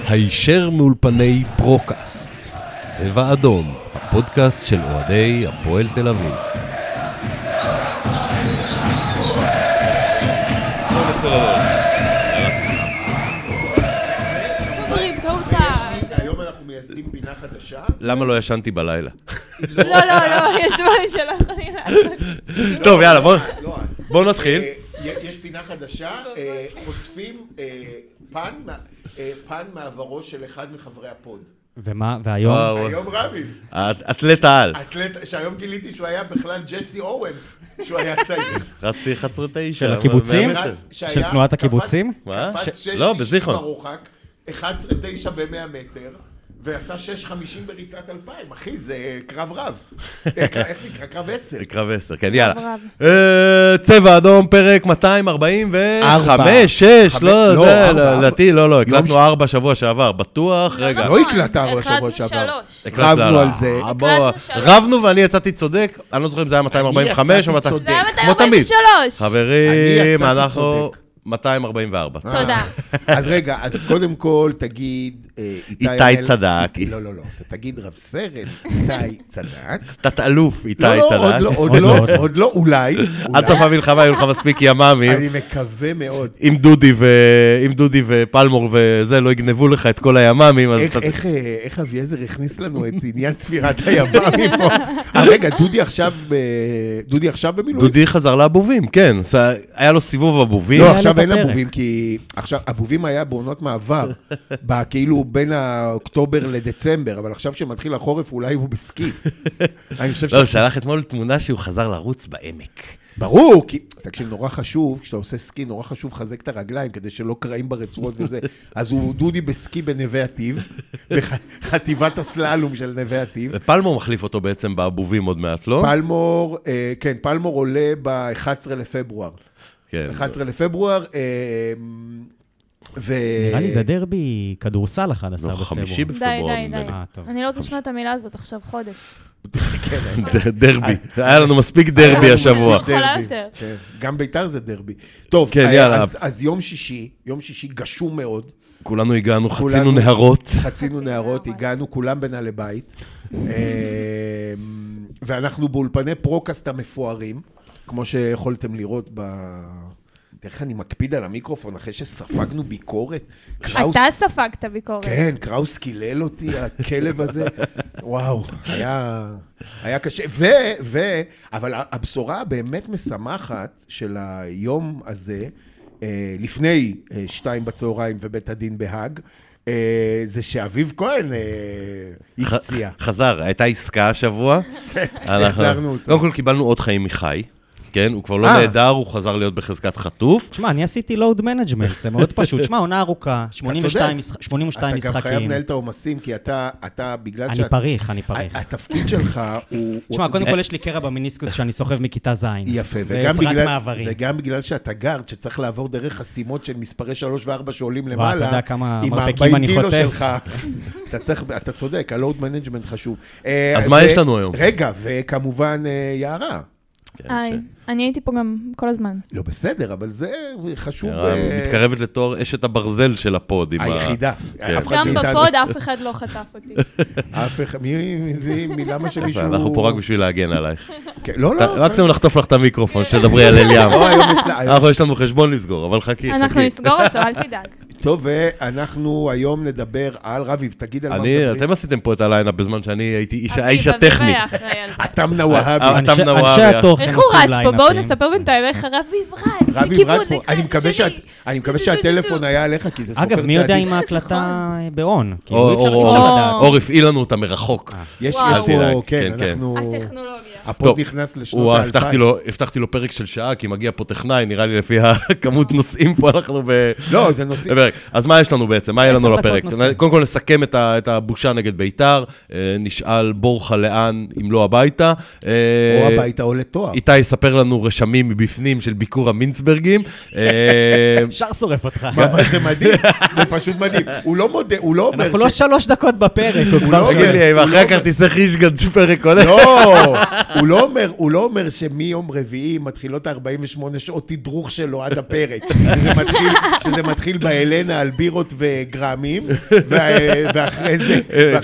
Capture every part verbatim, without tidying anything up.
הישר מאולפני פרוקאסט, צבע אדום, הפודקאסט של אוהדי הפועל תל אביב. היום אנחנו מייסדים פינה חדשה. למה לא ישנתי בלילה? לא, לא, לא, יש דברים שלא יכולים לעשות. טוב, יאללה, בואו נתחיל. יש פינה חדשה, חושפים פן מעברו של אחד מחברי הפוד. ומה, והיום? היום רבי. אתלט העל. אתלט, שהיום גיליתי שהוא היה בכלל ג'סי אורנס, שהוא היה צעיר. רצתי חצר תשע. של הקיבוצים? של תנועת הקיבוצים? מה? קפץ שש לא, תשעים בזיכרון. ברוחק, אחד עשר תשע ב-מאה מטר, ועשה שש חמישים בריצת אלפיים. אחי, זה קרב רב. איך נקרא? קרב עשר. קרב עשר, כן, יאללה. צבע אדום, פרק מאתיים ארבעים וחמש, שש, לא, זה, לדעתי, לא, לא, הקלטנו ארבע שבוע שעבר, בטוח, רגע. לא הקלטת ארבע שבוע שעבר. רבנו על זה. רבנו ואני יצאתי צודק, אני לא זוכר אם זה היה מאתיים ארבעים וחמש או מאתיים... זה היה מאתיים ארבעים ושלוש. חברים, אנחנו... מאתיים ארבעים וארבע. תודה. אז רגע, אז קודם כל תגיד... איתי צדק. לא, לא, לא. תגיד רב סרן, איתי צדק. תת-אלוף איתי צדק. לא, עוד לא, עוד לא, אולי. עד סוף המלחמה היו לך מספיק ימ"מים. אני מקווה מאוד. עם דודי ופלמור וזה, לא יגנבו לך את כל הימ"מים. איך אביעזר הכניס לנו את עניין צפירת הימ"מים פה? רגע, דודי עכשיו דודי עכשיו במילואים? דודי חזר לאבובים, כן. היה לו סיבוב אבובים. לא, עכשיו אין אבובים, כי עכשיו, אבובים היה בעונות מעבר, כאילו בין האוקטובר לדצמבר, אבל עכשיו שמתחיל החורף, אולי הוא בסקי. לא, שלח אתמול תמונה שהוא חזר לרוץ בעמק. ברור, כי, תקשיב, נורא חשוב, כשאתה עושה סקי, נורא חשוב חזק את הרגליים, כדי שלא קראים ברצועות וזה. אז הוא דודי בסקי בנווה עתיב, בחטיבת הסללום של נווה עתיב. ופלמור מחליף אותו בעצם באבובים עוד מעט, לא? פלמור, כן, פלמור עולה ב-אחד עשר לפברואר. אחד עשר לפברואר, ו... נראה לי זה דרבי כדורסל אחד עשר בפברואר. חמישי בפברואר. די, די, די. אני לא רוצה לשמוע את המילה הזאת עכשיו חודש. דרבי. היה לנו מספיק דרבי השבוע. גם ביתר זה דרבי. טוב, אז יום שישי, יום שישי גשום מאוד. כולנו הגענו, חצינו נהרות. חצינו נהרות, הגענו כולם בנעלי בית. ואנחנו באולפני פרוקאסט המפוארים. כמו שיכולתם לראות ב... איך אני מקפיד על המיקרופון אחרי שספגנו ביקורת. אתה ספגת ביקורת. כן, קראוס קילל אותי, הכלב הזה. וואו, היה, היה קשה. ו, ו, אבל הבשורה הבאמת משמחת של היום הזה, לפני שתיים בצהריים ובית הדין בהאג, זה שאביב כהן הפציע. חזר, הייתה עסקה השבוע. החזרנו אותו. קודם כל קיבלנו עוד חיים מחי. כן, הוא כבר לא נהדר, הוא חזר להיות בחזקת חטוף. תשמע, אני עשיתי לואוד מנג'מנט, זה מאוד פשוט. תשמע, עונה ארוכה, שמונים ושתיים משחקים. אתה גם חייב לנהל את העומסים, כי אתה, בגלל אני פריך, אני פריך. התפקיד שלך הוא... תשמע, קודם כל יש לי קרע במיניסקוס שאני סוחב מכיתה זין. יפה, וגם בגלל שאתה גארד, שצריך לעבור דרך חסימות של מספרי שלוש וארבע שעולים למעלה, עם ארבעים קילו שלך. אתה צודק, הלואוד מנג'מנט חשוב. אז מה יש לנו היום? רגע, וכמובן יערה. היי, אני הייתי פה גם כל הזמן. לא בסדר, אבל זה חשוב. מתקרבת לתואר אשת הברזל של הפוד. היחידה. גם בפוד אף אחד לא חטף אותי. אף אחד, מי, למה שמישהו... אנחנו פה רק בשביל להגן עלייך. לא, לא. רק צריכים לחטוף לך את המיקרופון, שתדברי על אליאם. אנחנו יש לנו חשבון לסגור, אבל חכי. אנחנו נסגור אותו, אל תדאג. טוב, ואנחנו היום נדבר על רביב, תגיד על מה מדברים. אתם עשיתם פה את הליינאפ בזמן שאני הייתי האיש הטכני. אתם נוואבי. אנשי התוכן איך הוא רץ פה? בואו נספר בינתיים איך רביב רץ. רביב רץ פה. אני מקווה שהטלפון היה עליך, כי זה סופר צעדים. אגב, מי יודע אם ההקלטה באון? אור הפעיל לנו אותה מרחוק. יש פה, כן, אנחנו... הטכנולוגיה. הפוד נכנס לשנות האלפיים. הבטחתי לו פרק של שעה, כי מגיע פה טכנאי, נראה לי לפי הכמות נושאים פה אנחנו ב... לא, זה נושאים. אז מה יש לנו בעצם? מה יהיה לנו לפרק? קודם כל נסכם את הבושה נגד ביתר, נשאל בורחה לאן, אם לא הביתה. או הביתה או לתואר. איתי יספר לנו רשמים מבפנים של ביקור המינסברגים. שר שורף אותך. זה מדהים, זה פשוט מדהים. הוא לא מודה, הוא לא אומר... אנחנו לא שלוש דקות בפרק. תגיד לי, אחרי הכרטיסי חישגן שפרק הולך. לא, הוא לא אומר, הוא לא אומר שמיום רביעי מתחילות ארבעים ושמונה שעות תדרוך שלו עד הפרק. שזה מתחיל, שזה מתחיל באלנה על בירות וגרמים, ואחרי זה...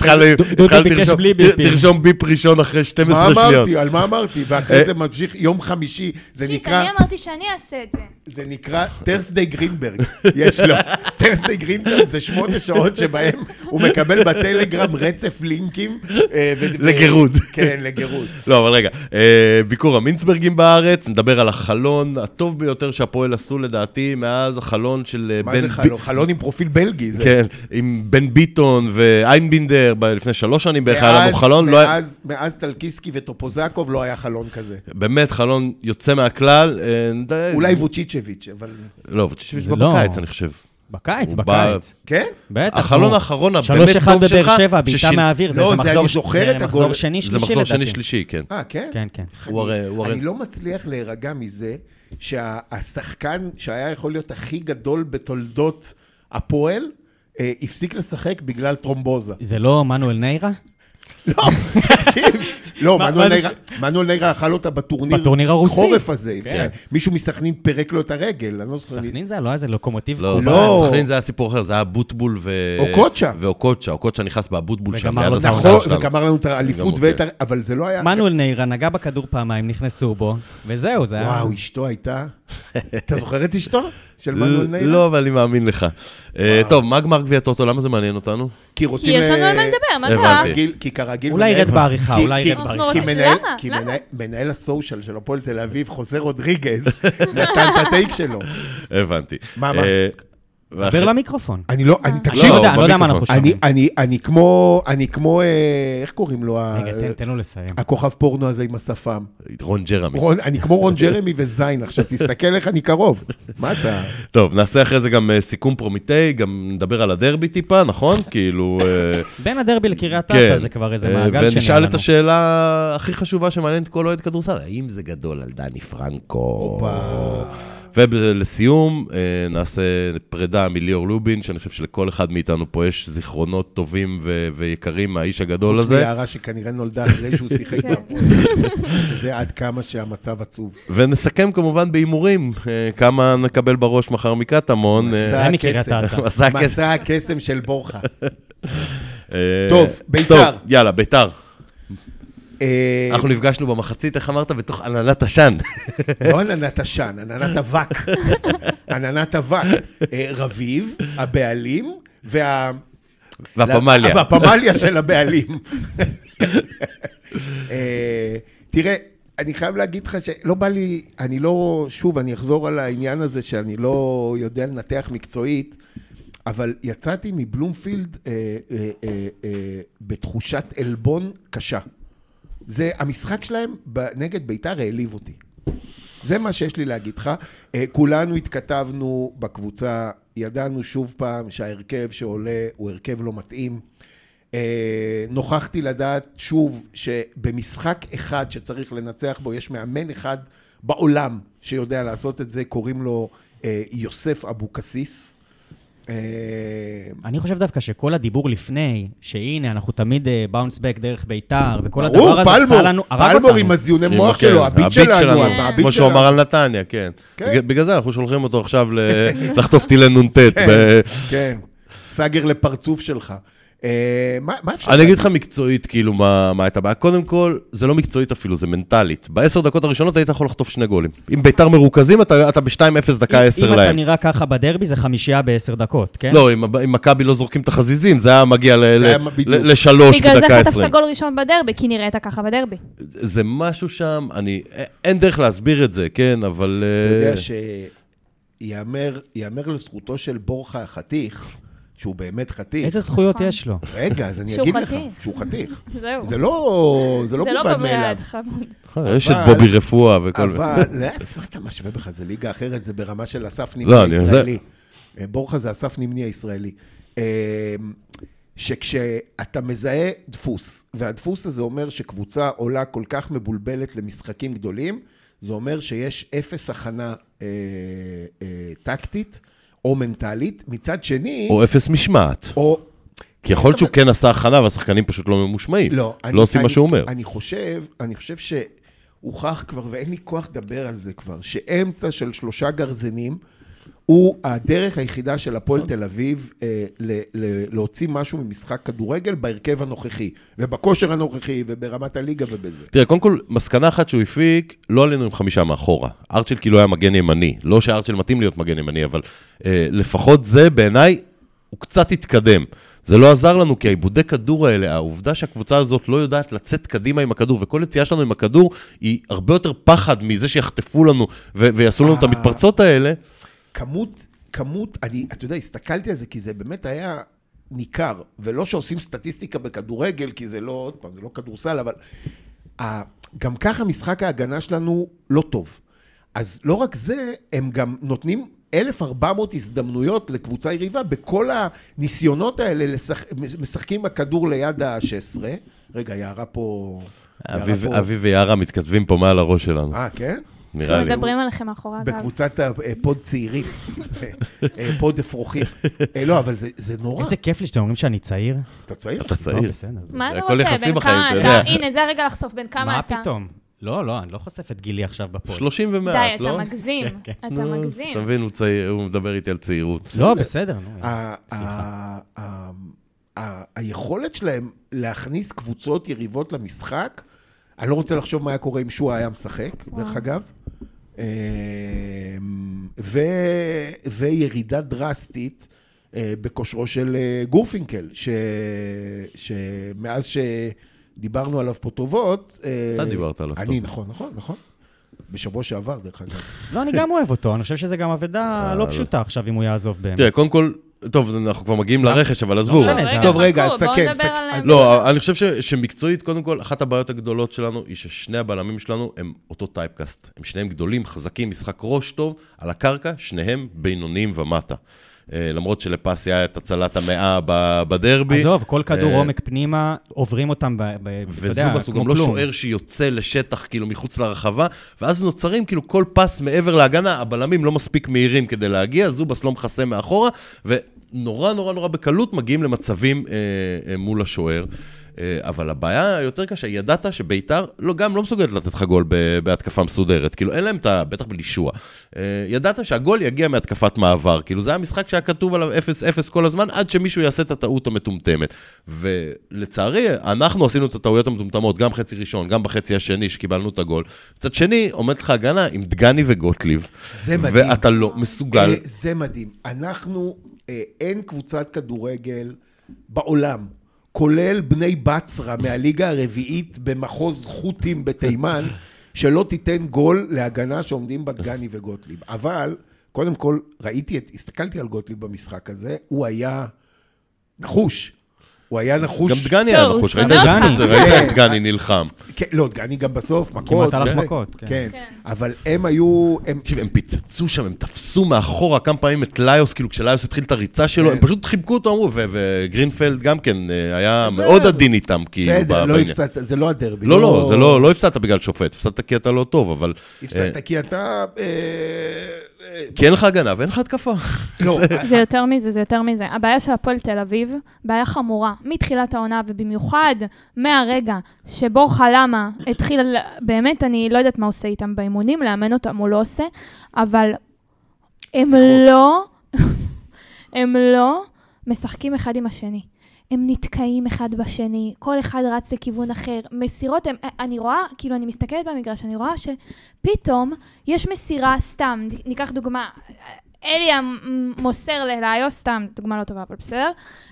תרשום ביפ ראשון אחרי שתים עשרה שניות. מה אמרתי? על מה אמרתי? ואחרי זה ממשיך יום חמישי, זה נקרא... שיט, אני אמרתי שאני אעשה את זה. זה נקרא טרסדיי גרינברג, יש לו. טרסדיי גרינברג זה שמונה שעות שבהם הוא מקבל בטלגרם רצף לינקים. לגירוד. כן, לגירוד. לא, אבל רגע, ביקור המינצברגים בארץ, נדבר על החלון הטוב ביותר שהפועל עשו לדעתי, מאז החלון של... מה זה חלון? חלון עם פרופיל בלגי. כן, עם בן ביטון ואיינבינדר, לפני שלוש שנים בערך היה לנו חלון. מאז טלקיסקי וטופוזקוב לא היה חלון כזה. באמת, חלון יוצא מהכלל. אולי וצ'יצ'ביץ', אבל... לא, וצ'יצ'ביץ' בקיץ, אני חושב. בקיץ, בקיץ. כן? בטח. החלון האחרון הבאמת שלוש אחד טוב שלך. בבאר שבע, בעיטה מהאוויר, זה מחזור שני, שלישי לדעתי. זה מחזור שני, שלישי, כן. אה, כן? כן, כן. אני לא מצליח להירגע מזה, שהשחקן שהיה יכול להיות הכי גדול בתולדות הפועל, הפסיק לשחק בגלל טרומבוזה. זה לא מנואל ניירה? לא, תקשיב. לא, מנואל ניירה אכל אותה בטורניר חורף הזה. מישהו מסכנין פרק לו את הרגל. סכנין זה לא היה איזה לוקומוטיב. לא, סכנין זה היה סיפור אחר, זה היה בוטבול ו... אוקוצ'ה. ואוקוצ'ה, אוקוצ'ה נכנס בבוטבול שם. נכון, וגמר לנו את האליפות, אבל זה לא היה... מנואל ניירה נגע בכדור פעמיים, נכנסו בו, וזהו, זה היה... וואו, אשתו הייתה... אתה זוכר את אשתו? של מנואל ניירה? לא, אבל אני מאמין לך. טוב, מה גמר גביע טוטו? למה זה מעניין אותנו? כי יש לנו על מה לדבר, מה קרה? כי כרגיל... אולי ירד בעריכה, אולי ירד בעריכה. כי מנהל הסושיאל של הפועל תל אביב, חוזה רודריגז, נתן את הטייק שלו. הבנתי. מה, מה? דבר למיקרופון. אני לא, אני תקשיב. אני לא יודע מה אנחנו שומעים. אני כמו, אני כמו, איך קוראים לו? רגע, תן לו לסיים. הכוכב פורנו הזה עם השפם. רון ג'רמי. אני כמו רון ג'רמי וזין, עכשיו תסתכל איך אני קרוב. מה אתה? טוב, נעשה אחרי זה גם סיכום פרומיטי, גם נדבר על הדרבי טיפה, נכון? כאילו... בין הדרבי לקריית אתא זה כבר איזה מעגל שנהיה לנו. ונשאל את השאלה הכי חשובה שמעניינת כל אוהד כדורסל, האם זה גדול על דני פרנקו? ולסיום, נעשה פרידה מליאור לובין, שאני חושב שלכל אחד מאיתנו פה יש זיכרונות טובים ויקרים מהאיש הגדול הזה. חוץ מיערה שכנראה נולדה אחרי שהוא שיחק בפועל, שזה עד כמה שהמצב עצוב. ונסכם כמובן באימורים, כמה נקבל בראש מחר מקטמון. מסע הקסם של בורחה. טוב, ביתר. יאללה, ביתר. אנחנו נפגשנו במחצית, איך אמרת? בתוך עננת עשן. לא עננת עשן, עננת אבק. עננת אבק. רביב, הבעלים, וה... והפמליה. והפמליה של הבעלים. תראה, אני חייב להגיד לך שלא בא לי, אני לא, שוב, אני אחזור על העניין הזה שאני לא יודע לנתח מקצועית, אבל יצאתי מבלומפילד בתחושת אלבון קשה. זה, המשחק שלהם נגד ביתר העליב אותי. זה מה שיש לי להגיד לך. כולנו התכתבנו בקבוצה, ידענו שוב פעם שההרכב שעולה הוא הרכב לא מתאים. נוכחתי לדעת שוב שבמשחק אחד שצריך לנצח בו, יש מאמן אחד בעולם שיודע לעשות את זה, קוראים לו יוסף אבו קסיס. אני חושב דווקא שכל הדיבור לפני, שהנה אנחנו תמיד באונס בק דרך ביתר, וכל הדבר הזה עשה לנו, הרג אותנו. פלמור עם הזיוני מוח שלו, הביט שלנו. כמו שהוא אמר על נתניה, כן. בגלל זה אנחנו שולחים אותו עכשיו לחטוף טילי נונטט. כן, סגר לפרצוף שלך. מה אפשר? אני אגיד לך מקצועית, כאילו, מה הייתה בעיה. קודם כל, זה לא מקצועית אפילו, זה מנטלית. בעשר דקות הראשונות היית יכול לחטוף שני גולים. אם ביתר מרוכזים, אתה ב-שתיים אפס דקה עשר להם. אם אתה נראה ככה בדרבי, זה חמישייה בעשר דקות, כן? לא, אם מכבי לא זורקים את החזיזים, זה היה מגיע לשלוש בדקה עשרים. בגלל זה חטפת גול ראשון בדרבי, כי נראית ככה בדרבי. זה משהו שם, אין דרך להסביר את זה, כן, אבל... אתה יודע שיאמר לזכותו של בורחה החתיך, שהוא באמת חתיך. איזה זכויות יש לו? רגע, אז אני אגיד לך, שהוא חתיך. זהו. זה לא מובן מאליו. יש את בובי רפואה וכל... אבל, מה אתה משווה בך? זה ליגה אחרת, זה ברמה של אסף נמני הישראלי. בורחה זה אסף נמני הישראלי. שכשאתה מזהה דפוס, והדפוס הזה אומר שקבוצה עולה כל כך מבולבלת למשחקים גדולים, זה אומר שיש אפס הכנה טקטית, או מנטלית, מצד שני... או אפס משמעת. או... כי יכול להיות שהוא כן עשה הכנה, והשחקנים פשוט לא ממושמעים. לא. לא עושים מה שהוא אומר. אני חושב, אני חושב שהוכח כבר, ואין לי כוח לדבר על זה כבר, שאמצע של שלושה גרזנים, הוא הדרך היחידה של הפועל תל אביב אה, ל- ל- להוציא משהו ממשחק כדורגל בהרכב הנוכחי, ובכושר הנוכחי, וברמת הליגה ובזה. תראה, קודם כל, מסקנה אחת שהוא הפיק, לא עלינו עם חמישה מאחורה. ארצ'ל כאילו היה מגן ימני. לא שארצ'ל מתאים להיות מגן ימני, אבל אה, לפחות זה בעיניי, הוא קצת התקדם. זה לא עזר לנו, כי העיבודי כדור האלה, העובדה שהקבוצה הזאת לא יודעת לצאת קדימה עם הכדור, וכל יציאה שלנו עם הכדור, היא הרבה יותר פחד מזה שיחטפו לנו, ו- ויעשו לנו את המתפרצות האלה. כמות, כמות, אני, אתה יודע, הסתכלתי על זה, כי זה באמת היה ניכר, ולא שעושים סטטיסטיקה בכדורגל, כי זה לא, עוד פעם, זה לא כדורסל, אבל ה, גם ככה משחק ההגנה שלנו לא טוב. אז לא רק זה, הם גם נותנים אלף וארבע מאות הזדמנויות לקבוצה יריבה, בכל הניסיונות האלה לשח, משחקים בכדור ליד ה-שש עשרה. רגע, יערה פה... אבי ויערה מתכתבים פה מעל הראש שלנו. אה, כן? נראה לי. מדברים עליכם מאחורה, אגב. בקבוצת הפוד צעירים, פוד אפרוחים. לא, אבל זה נורא. איזה כיף לי שאתם אומרים שאני צעיר. אתה צעיר? אתה צעיר. מה אתה רוצה? בין כמה אתה? הנה, זה הרגע לחשוף, בין כמה אתה? מה פתאום? לא, לא, אני לא חושף את גילי עכשיו בפוד. שלושים ומעט, לא? די, אתה מגזים. אתה מגזים. אתה מבין, הוא מדבר איתי על צעירות. לא, בסדר. היכולת שלהם להכניס קבוצות יריבות למשחק, אני לא רוצה לחשוב מה היה קורה אם שואה היה משחק, דרך אגב. וירידה דרסטית בכושרו של גורפינקל, שמאז שדיברנו עליו פה טובות... אתה דיברת עליו. אני, נכון, נכון, נכון. בשבוע שעבר, דרך אגב. לא, אני גם אוהב אותו. אני חושב שזה גם עבודה לא פשוטה עכשיו, אם הוא יעזוב באמת. תראה, קודם כל... טוב, אנחנו כבר מגיעים לרכש, אבל עזבו. טוב, רגע, סכם. לא, אני חושב שמקצועית, קודם כל, אחת הבעיות הגדולות שלנו היא ששני הבלמים שלנו הם אותו טייפקאסט. הם שניהם גדולים, חזקים, משחק ראש טוב, על הקרקע, שניהם בינוניים ומטה. למרות שלפס היה את הצלת המאה בדרבי. עזוב, כל כדור עומק פנימה, עוברים אותם, וזובס הוא גם לא שוער שיוצא לשטח, כאילו, מחוץ לרחבה, ואז נוצרים, כאילו, כל פס מעבר להגנה, הבלמים לא מספיק מהירים כדי להגיע, זובס לא מחסה מאחורה, ונורא נורא נורא בקלות מגיעים למצבים אה, מול השוער. אבל הבעיה היותר קשה, ידעת שביתר לא, גם לא מסוגלת לתת לך גול בהתקפה מסודרת, כאילו אין להם את ה... בטח בלישוע. ידעת שהגול יגיע מהתקפת מעבר, כאילו זה היה משחק שהיה כתוב עליו אפס אפס כל הזמן, עד שמישהו יעשה את הטעות המטומטמת. ולצערי, אנחנו עשינו את הטעויות המטומטמות, גם חצי ראשון, גם בחצי השני שקיבלנו את הגול. קצת שני, עומד לך הגנה עם דגני וגוטליב. זה מדהים. ואתה לא מסוגל. זה מדהים. אנחנו, אין קבוצת כדורגל בעולם, כולל בני בצרה מהליגה הרביעית במחוז חוטים בתימן, שלא תיתן גול להגנה שעומדים בדגני וגוטליב. אבל, קודם כל, ראיתי, הסתכלתי על גוטליב במשחק הזה, הוא היה נחוש. הוא היה נחוש. גם דגני היה נחוש, ראית את דגני נלחם. לא, דגני גם בסוף, מכות. כמעט הלך מכות, כן. אבל הם היו... הם פיצצו שם, הם תפסו מאחורה כמה פעמים את ליוס, כאילו כשליוס התחיל את הריצה שלו, הם פשוט חיבקו אותו, אמרו, וגרינפלד גם כן היה מאוד עדין איתם. בסדר, לא הפסדת, זה לא הדרבי. לא, לא, זה לא הפסדת בגלל שופט, הפסדת כי אתה לא טוב, אבל... הפסדת כי אתה... כי אין לך הגנה ואין לך התקפה. זה יותר מזה, זה יותר מזה. הבעיה של הפועל תל אביב, בעיה חמורה, מתחילת העונה, ובמיוחד מהרגע שבו חלמה התחיל, באמת אני לא יודעת מה עושה איתם באימונים, לאמן אותם הוא לא עושה, אבל הם לא, הם לא משחקים אחד עם השני. הם נתקעים אחד בשני, כל אחד רץ לכיוון אחר, מסירות, הם, אני רואה, כאילו אני מסתכלת במגרש, אני רואה שפתאום יש מסירה סתם, ניקח דוגמה, אליה מוסר לליוס, סתם, דוגמה לא טובה, אבל בסדר,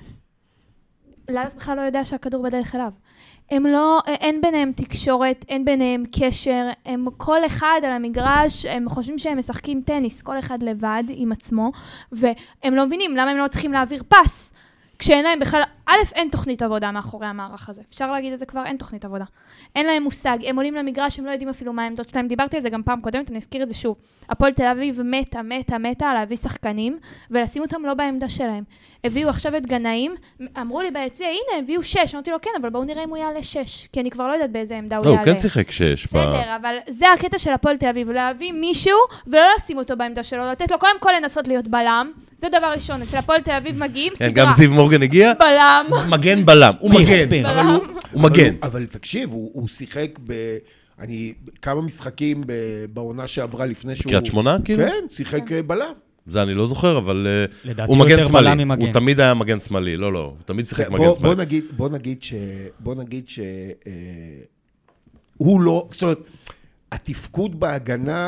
ליוס בכלל לא יודע שהכדור בדרך אליו. הם לא, אין ביניהם תקשורת, אין ביניהם קשר, הם כל אחד על המגרש, הם חושבים שהם משחקים טניס, כל אחד לבד עם עצמו, והם לא מבינים למה הם לא צריכים להעביר פס, כשאין להם בכלל, א', אין תוכנית עבודה מאחורי המערך הזה. אפשר להגיד את זה כבר, אין תוכנית עבודה. אין להם מושג, הם עולים למגרש, הם לא יודעים אפילו מה העמדות שלהם. דיברתי על זה גם פעם קודמת, אני אזכיר את זה שוב. הפועל תל אביב מתה, מתה, מתה, להביא שחקנים, ולשים אותם לא בעמדה שלהם. הביאו עכשיו את גנאים, אמרו לי ביציע, הנה, הביאו שש, אמרתי לו, כן, אבל בואו נראה אם הוא יעלה שש, כי אני כבר לא יודעת באיזה עמדה הוא יעלה. לא, הוא כן שיחק שש. בסדר, אבל זה הקטע של הפועל תל אביב, להביא מישהו ולא לשים אותו בעמדה שלו, לתת לו קודם כל לנסות להיות בלם. זה דבר ראשון, אצל הפועל תל אביב מגיעים, סדרה. גם זיו מורגן הגיע? בלם, בלם. מגן בלם, הוא מגן. הוא מגן. אבל תקשיב, הוא שיחק ב... אני, כמה משחקים בעונה שעברה לפני שהוא... קריית שמונה, כאילו? כן, שיחק בלם. זה אני לא זוכר, אבל הוא מגן שמאלי. הוא תמיד היה מגן שמאלי, לא, לא, הוא תמיד שיחק מגן שמאלי. בוא נגיד, בוא נגיד ש... בוא נגיד ש... הוא לא... זאת אומרת, התפקוד בהגנה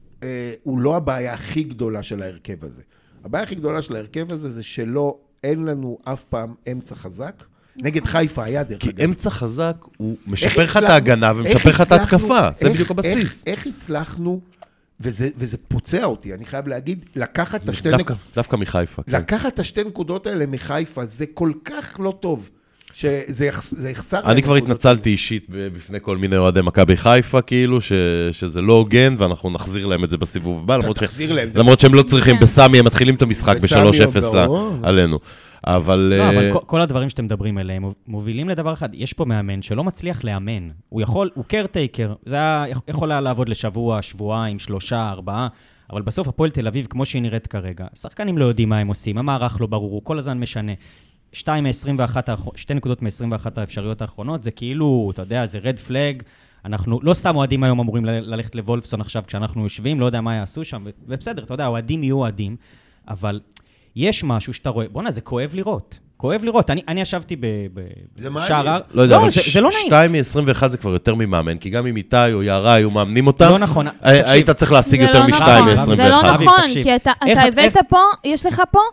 הוא לא הבעיה הכי גדולה של ההרכב הזה. הבעיה הכי גדולה של ההרכב הזה זה שלא, אין לנו אף פעם אמצע חזק. נגד חיפה היה דרך אגב. כי אמצע חזק הוא משפר לך את ההגנה ומשפר לך את ההתקפה. זה בדיוק הבסיס. איך הצלחנו, וזה פוצע אותי, אני חייב להגיד, לקחת את השתי נקודות... דווקא מחיפה. לקחת את השתי נקודות האלה מחיפה, זה כל כך לא טוב. שזה יחסר... אני כבר התנצלתי אישית בפני כל מיני אוהדי מכבי חיפה, כאילו, שזה לא הוגן, ואנחנו נחזיר להם את זה בסיבוב הבא, למרות שהם לא צריכים בסמי, הם מתחילים את המשחק ב-שלוש אפס עלינו. אבל... לא, אבל כל הדברים שאתם מדברים עליהם מובילים לדבר אחד. יש פה מאמן שלא מצליח לאמן. הוא יכול, הוא קרטייקר, זה יכול לעבוד לשבוע, שבועיים, שלושה, ארבעה, אבל בסוף הפועל תל אביב, כמו שהיא נראית כרגע, שחקנים לא יודעים מה הם עושים, המערך לא ברור, הוא כל הזמן משנה. שתיים מ-עשרים ואחת, שתי נקודות מ-עשרים ואחת האפשריות האחרונות, זה כאילו, אתה יודע, זה רד פלג, אנחנו, לא סתם אוהדים היום אמורים ללכת לוולפסון עכשיו, כשאנחנו יושבים, לא יודע מה יעשו שם, ובסדר, אתה יודע, אוהדים יהיו אוהדים, אבל יש משהו שאתה רואה, בוא'נה, זה כואב לראות, כואב לראות, אני, אני ישבתי בשער, לא יודע, אבל שתיים מ-עשרים ואחת זה כבר יותר ממאמן, כי גם אם איתי או יערה היו מאמנים אותם, לא נכון, היית צריך להשיג יותר מ-שתיים מ-עשרים ואחת. זה לא נכון, כי אתה הבאת פה, יש לך פה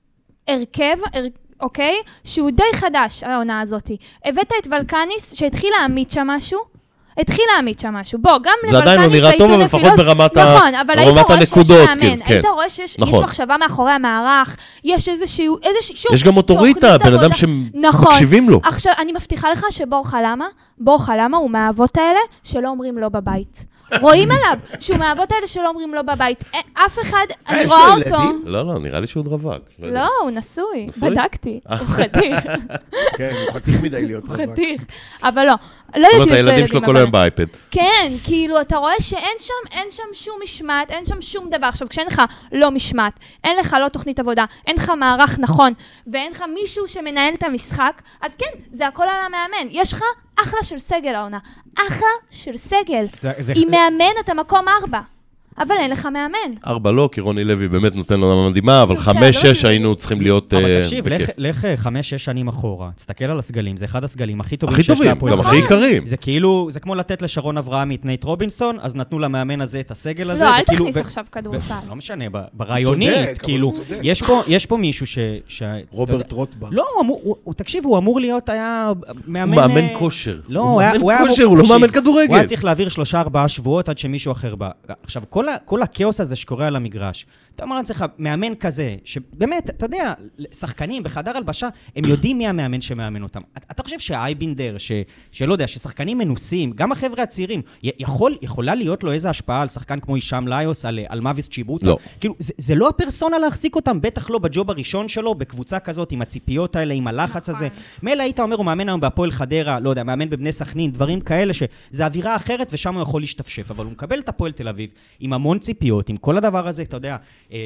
הרכב, אוקיי? שהוא די חדש, העונה הזאת. הבאת את ולקניס, שהתחיל להעמיד שם משהו, התחיל להעמיד שם משהו. בוא, גם לוולקניס... זה עדיין לא נראה טוב, אבל לפחות ברמת הנקודות. נכון, אבל היית רואה שיש מאמן. היית רואה שיש מחשבה מאחורי המערך, יש איזשהו... יש גם אוטוריטה, בן אדם שמקשיבים לו. עכשיו, אני מבטיחה לך שבורחה למה? בורחה למה הוא מהאבות האלה שלא אומרים לא בבית. רואים עליו שהוא מהאבות האלה שלא אומרים לא בבית. אף אחד, אני רואה אותו... לא, לא, נראה לי שהוא דרווק. לא, הוא נשוי. בדקתי. הוא חתיך. כן, הוא חתיך מדי להיות רווק. הוא חתיך. אבל לא. לא יודעת, יש לו ילדים שלו כל היום באייפד. כן, כאילו, אתה רואה שאין שם, אין שם שום משמעת, אין שם שום דבר. עכשיו, כשאין לך לא משמעת, אין לך לא תוכנית עבודה, אין לך מערך נכון, ואין לך מישהו שמנהל את המשחק, אז כן, זה הכל על המאמן. יש לך אחלה של סגל העונה. אחלה של סגל. עם מאמן אתה מקום ארבע. אבל אין לך מאמן. ארבע לא, כי רוני לוי באמת נותן לו מדהימה, אבל חמש, שש היינו צריכים להיות... אבל תקשיב, לך חמש, שש שנים אחורה, תסתכל על הסגלים, זה אחד הסגלים הכי טובים שיש לה פה. גם הכי עיקרים. זה כאילו, זה כמו לתת לשרון אברהם את נייט רובינסון, אז נתנו למאמן הזה את הסגל הזה. לא, אל תכניס עכשיו כדורסל. לא משנה, ברעיונית, כאילו, יש פה מישהו ש... רוברט רוטבך. לא, תקשיב, הוא אמור להיות, היה מאמן... הוא מאמן כושר. לא, הוא מאמן כושר, הוא לא מאמן כדורגל. הוא היה צריך להעביר שלושה, ארבעה שבועות עד שמישהו אחר בא. עכשיו, כל הכאוס הזה שקורה על המגרש, אתה אומר לעצמך, מאמן כזה, שבאמת, אתה יודע, שחקנים בחדר הלבשה, הם יודעים מי המאמן שמאמן אותם. אתה חושב שהאייבינדר, שלא יודע, ששחקנים מנוסים, גם החבר'ה הצעירים, יכול, יכולה להיות לו איזו השפעה על שחקן כמו הישאם ליוס, על, על מאביס צ'יבוטה? לא. כאילו, זה, זה לא הפרסונה להחזיק אותם, בטח לא בג'וב הראשון שלו, בקבוצה כזאת, עם הציפיות האלה, עם הלחץ הזה. מילא היית אומר, הוא מאמן היום בהפועל חדרה, לא יודע, מאמן בבני סכנין, דברים כאלה שזה אווירה אחרת, ושם הוא יכול להשתפשף. אבל הוא מקבל את הפועל תל אביב, עם המון ציפיות, עם כל הדבר הזה, אתה יודע,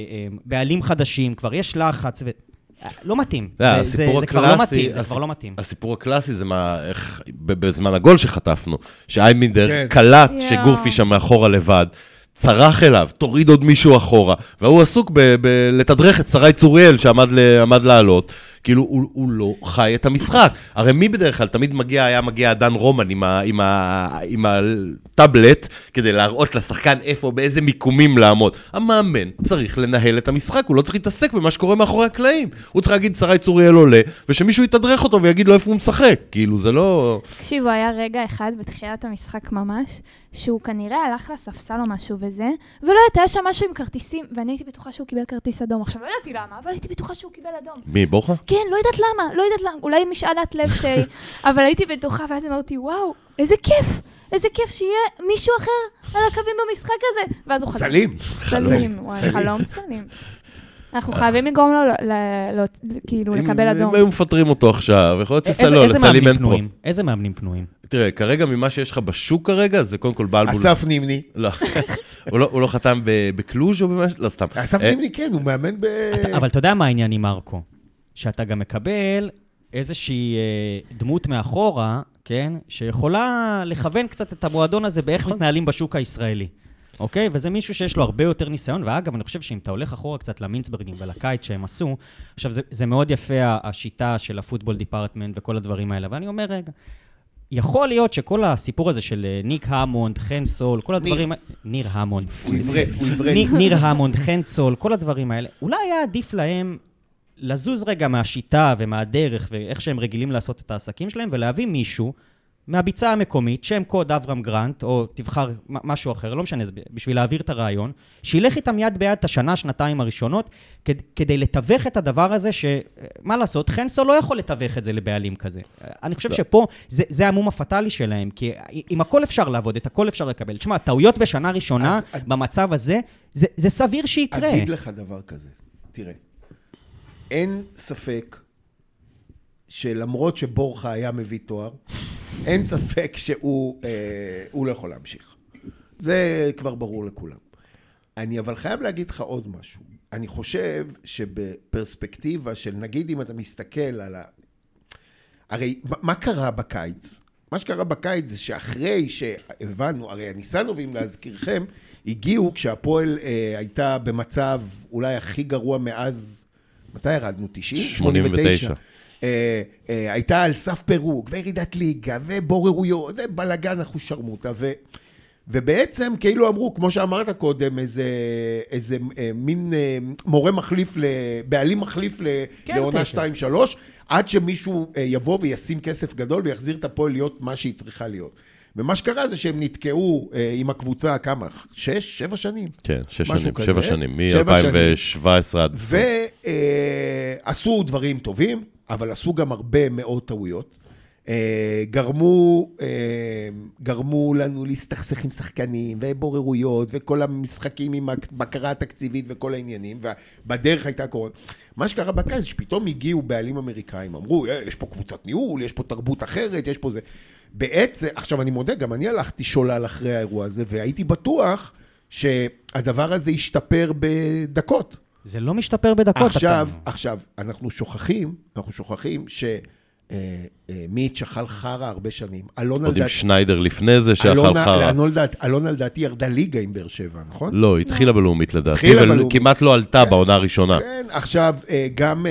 בעלים חדשים, כבר יש לחץ, לא מתאים. זה כבר לא מתאים, זה כבר לא מתאים. הסיפור הקלאסי זה מה, איך, בזמן הגול שחטפנו, שאיימינדר קלט שגורפי שם מאחורה לבד, צרח אליו, תוריד עוד מישהו אחורה, והוא עסוק לתדרך את שרי צוריאל שעמד לעלות, כאילו הוא, הוא לא חי את המשחק. הרי מי בדרך כלל תמיד מגיע, היה מגיע דן רומן עם, ה, עם, ה, עם הטאבלט, כדי להראות לשחקן איפה, באיזה מיקומים לעמוד. המאמן צריך לנהל את המשחק, הוא לא צריך להתעסק במה שקורה מאחורי הקלעים. הוא צריך להגיד, שרי צוריאל עולה, ושמישהו יתדרך אותו ויגיד לו איפה הוא משחק. כאילו זה לא... תקשיבו, היה רגע אחד בתחילת המשחק ממש, שהוא כנראה הלך לספסל או משהו וזה, ולא יודעת, היה שם משהו עם כרטיסים, ואני הייתי בטוחה שהוא קיבל כרטיס אדום. עכשיו לא ידעתי למה, אבל הייתי בטוחה שהוא קיבל אדום. מי, בורחה? כן, לא יודעת למה, לא יודעת למה, אולי משאלת לב שלי, אבל הייתי בטוחה, ואז אמרתי, וואו, איזה כיף, איזה כיף שיהיה מישהו אחר על הקווים במשחק הזה. ואז הוא חלום. סלים. סלים, וואי, חלום סלים. אנחנו חייבים לגרום לו, כאילו, לקבל אדום. אם היו מפטרים אותו עכשיו, יכול להיות שסלו, לסלים אין פה. איזה מאמנים פנויים? תראה, כרגע ממה שיש לך בשוק כרגע, זה קודם כל בלבול. אסף נימני. לא, הוא לא חתם בקלוז' או במשהו? לא, סתם. אסף נימני כן, הוא מאמן ב... אבל אתה יודע מה העניין עם מרקו? שאתה גם מקבל איזושהי דמות מאחורה, כן, שיכולה לכוון קצת את המועדון הזה באיך מתנהלים בשוק הישראלי. אוקיי? וזה מישהו שיש לו הרבה יותר ניסיון, ואגב, אני חושב שאם אתה הולך אחורה קצת למינסברגים ולקיץ שהם עשו, עכשיו, זה, זה מאוד יפה, השיטה של הפוטבול דיפרטמנט וכל הדברים האלה, ואני אומר, רגע, יכול להיות שכל הסיפור הזה של ניק המונד, חן סול, כל הדברים... ניר המונד. הוא עברת, הוא עברת. ניר המונד, חן סול, כל הדברים האלה, אולי היה עדיף להם לזוז רגע מהשיטה ומהדרך, ואיך שהם רגילים לעשות את העסקים שלהם, ולהביא מישהו מהביצה המקומית, שם קוד אברהם גרנט, או תבחר משהו אחר, לא משנה, בשביל להעביר את הרעיון, שילך איתם יד ביד את השנה, שנתיים הראשונות, כד, כדי לתווך את הדבר הזה, שמה לעשות, חנסו לא יכול לתווך את זה לבעלים כזה. אני חושב שפה, זה, זה המום הפטלי שלהם, כי אם הכל אפשר לעבוד, את הכל אפשר לקבל. תשמע, טעויות בשנה ראשונה, אז, במצב הזה, זה, זה סביר שיקרה. אגיד לך דבר כזה, תראה, אין ספק, שלמרות שבורחה היה מביא תואר, אין ספק שהוא אה, הוא לא יכול להמשיך. זה כבר ברור לכולם. אני אבל חייב להגיד לך עוד משהו. אני חושב שבפרספקטיבה של, נגיד אם אתה מסתכל על ה... הרי מה קרה בקיץ? מה שקרה בקיץ זה שאחרי שהבנו, הרי הניסנובים להזכירכם, הגיעו כשהפועל אה, הייתה במצב אולי הכי גרוע מאז, מתי ירדנו? תשעים? שמונים ותשע. הייתה על סף פירוק, וירידת ליגה, ובוררויות, בלגן אחושרמוטה, ובעצם כאילו אמרו, כמו שאמרת קודם, איזה מין מורה מחליף, בעלים מחליף לעונה שתיים שלוש, עד שמישהו יבוא וישים כסף גדול, ויחזיר את הפועל להיות מה שהיא צריכה להיות. ומה שקרה זה שהם נתקעו עם הקבוצה כמה? שש, שבע שנים? כן, שש שנים, שבע שנים, מ-אלפיים ושבע עשרה עד... ועשו דברים טובים, אבל עשו גם הרבה מאוד טעויות. גרמו, גרמו לנו להסתכסך עם שחקנים, ובוררויות, וכל המשחקים עם הבקרה התקציבית וכל העניינים, ובדרך הייתה קורונה. מה שקרה בקיץ, שפתאום הגיעו בעלים אמריקאים, אמרו, יש פה קבוצת ניהול, יש פה תרבות אחרת, יש פה זה... בעצם, עכשיו אני מודה, גם אני הלכתי שולל אחרי האירוע הזה, והייתי בטוח שהדבר הזה ישתפר בדקות. זה לא משתפר בדקות. עכשיו, אתה... עכשיו, אנחנו שוכחים, אנחנו שוכחים ש... מיץ' אכל חרה הרבה שנים. עוד עם שניידר לפני זה שאכל חרה. אלונה לדעתי ירדה ליגה עם באר שבע, נכון? לא, התחילה בלאומית לדעתי, וכמעט לא עלתה בעונה הראשונה. כן, עכשיו גם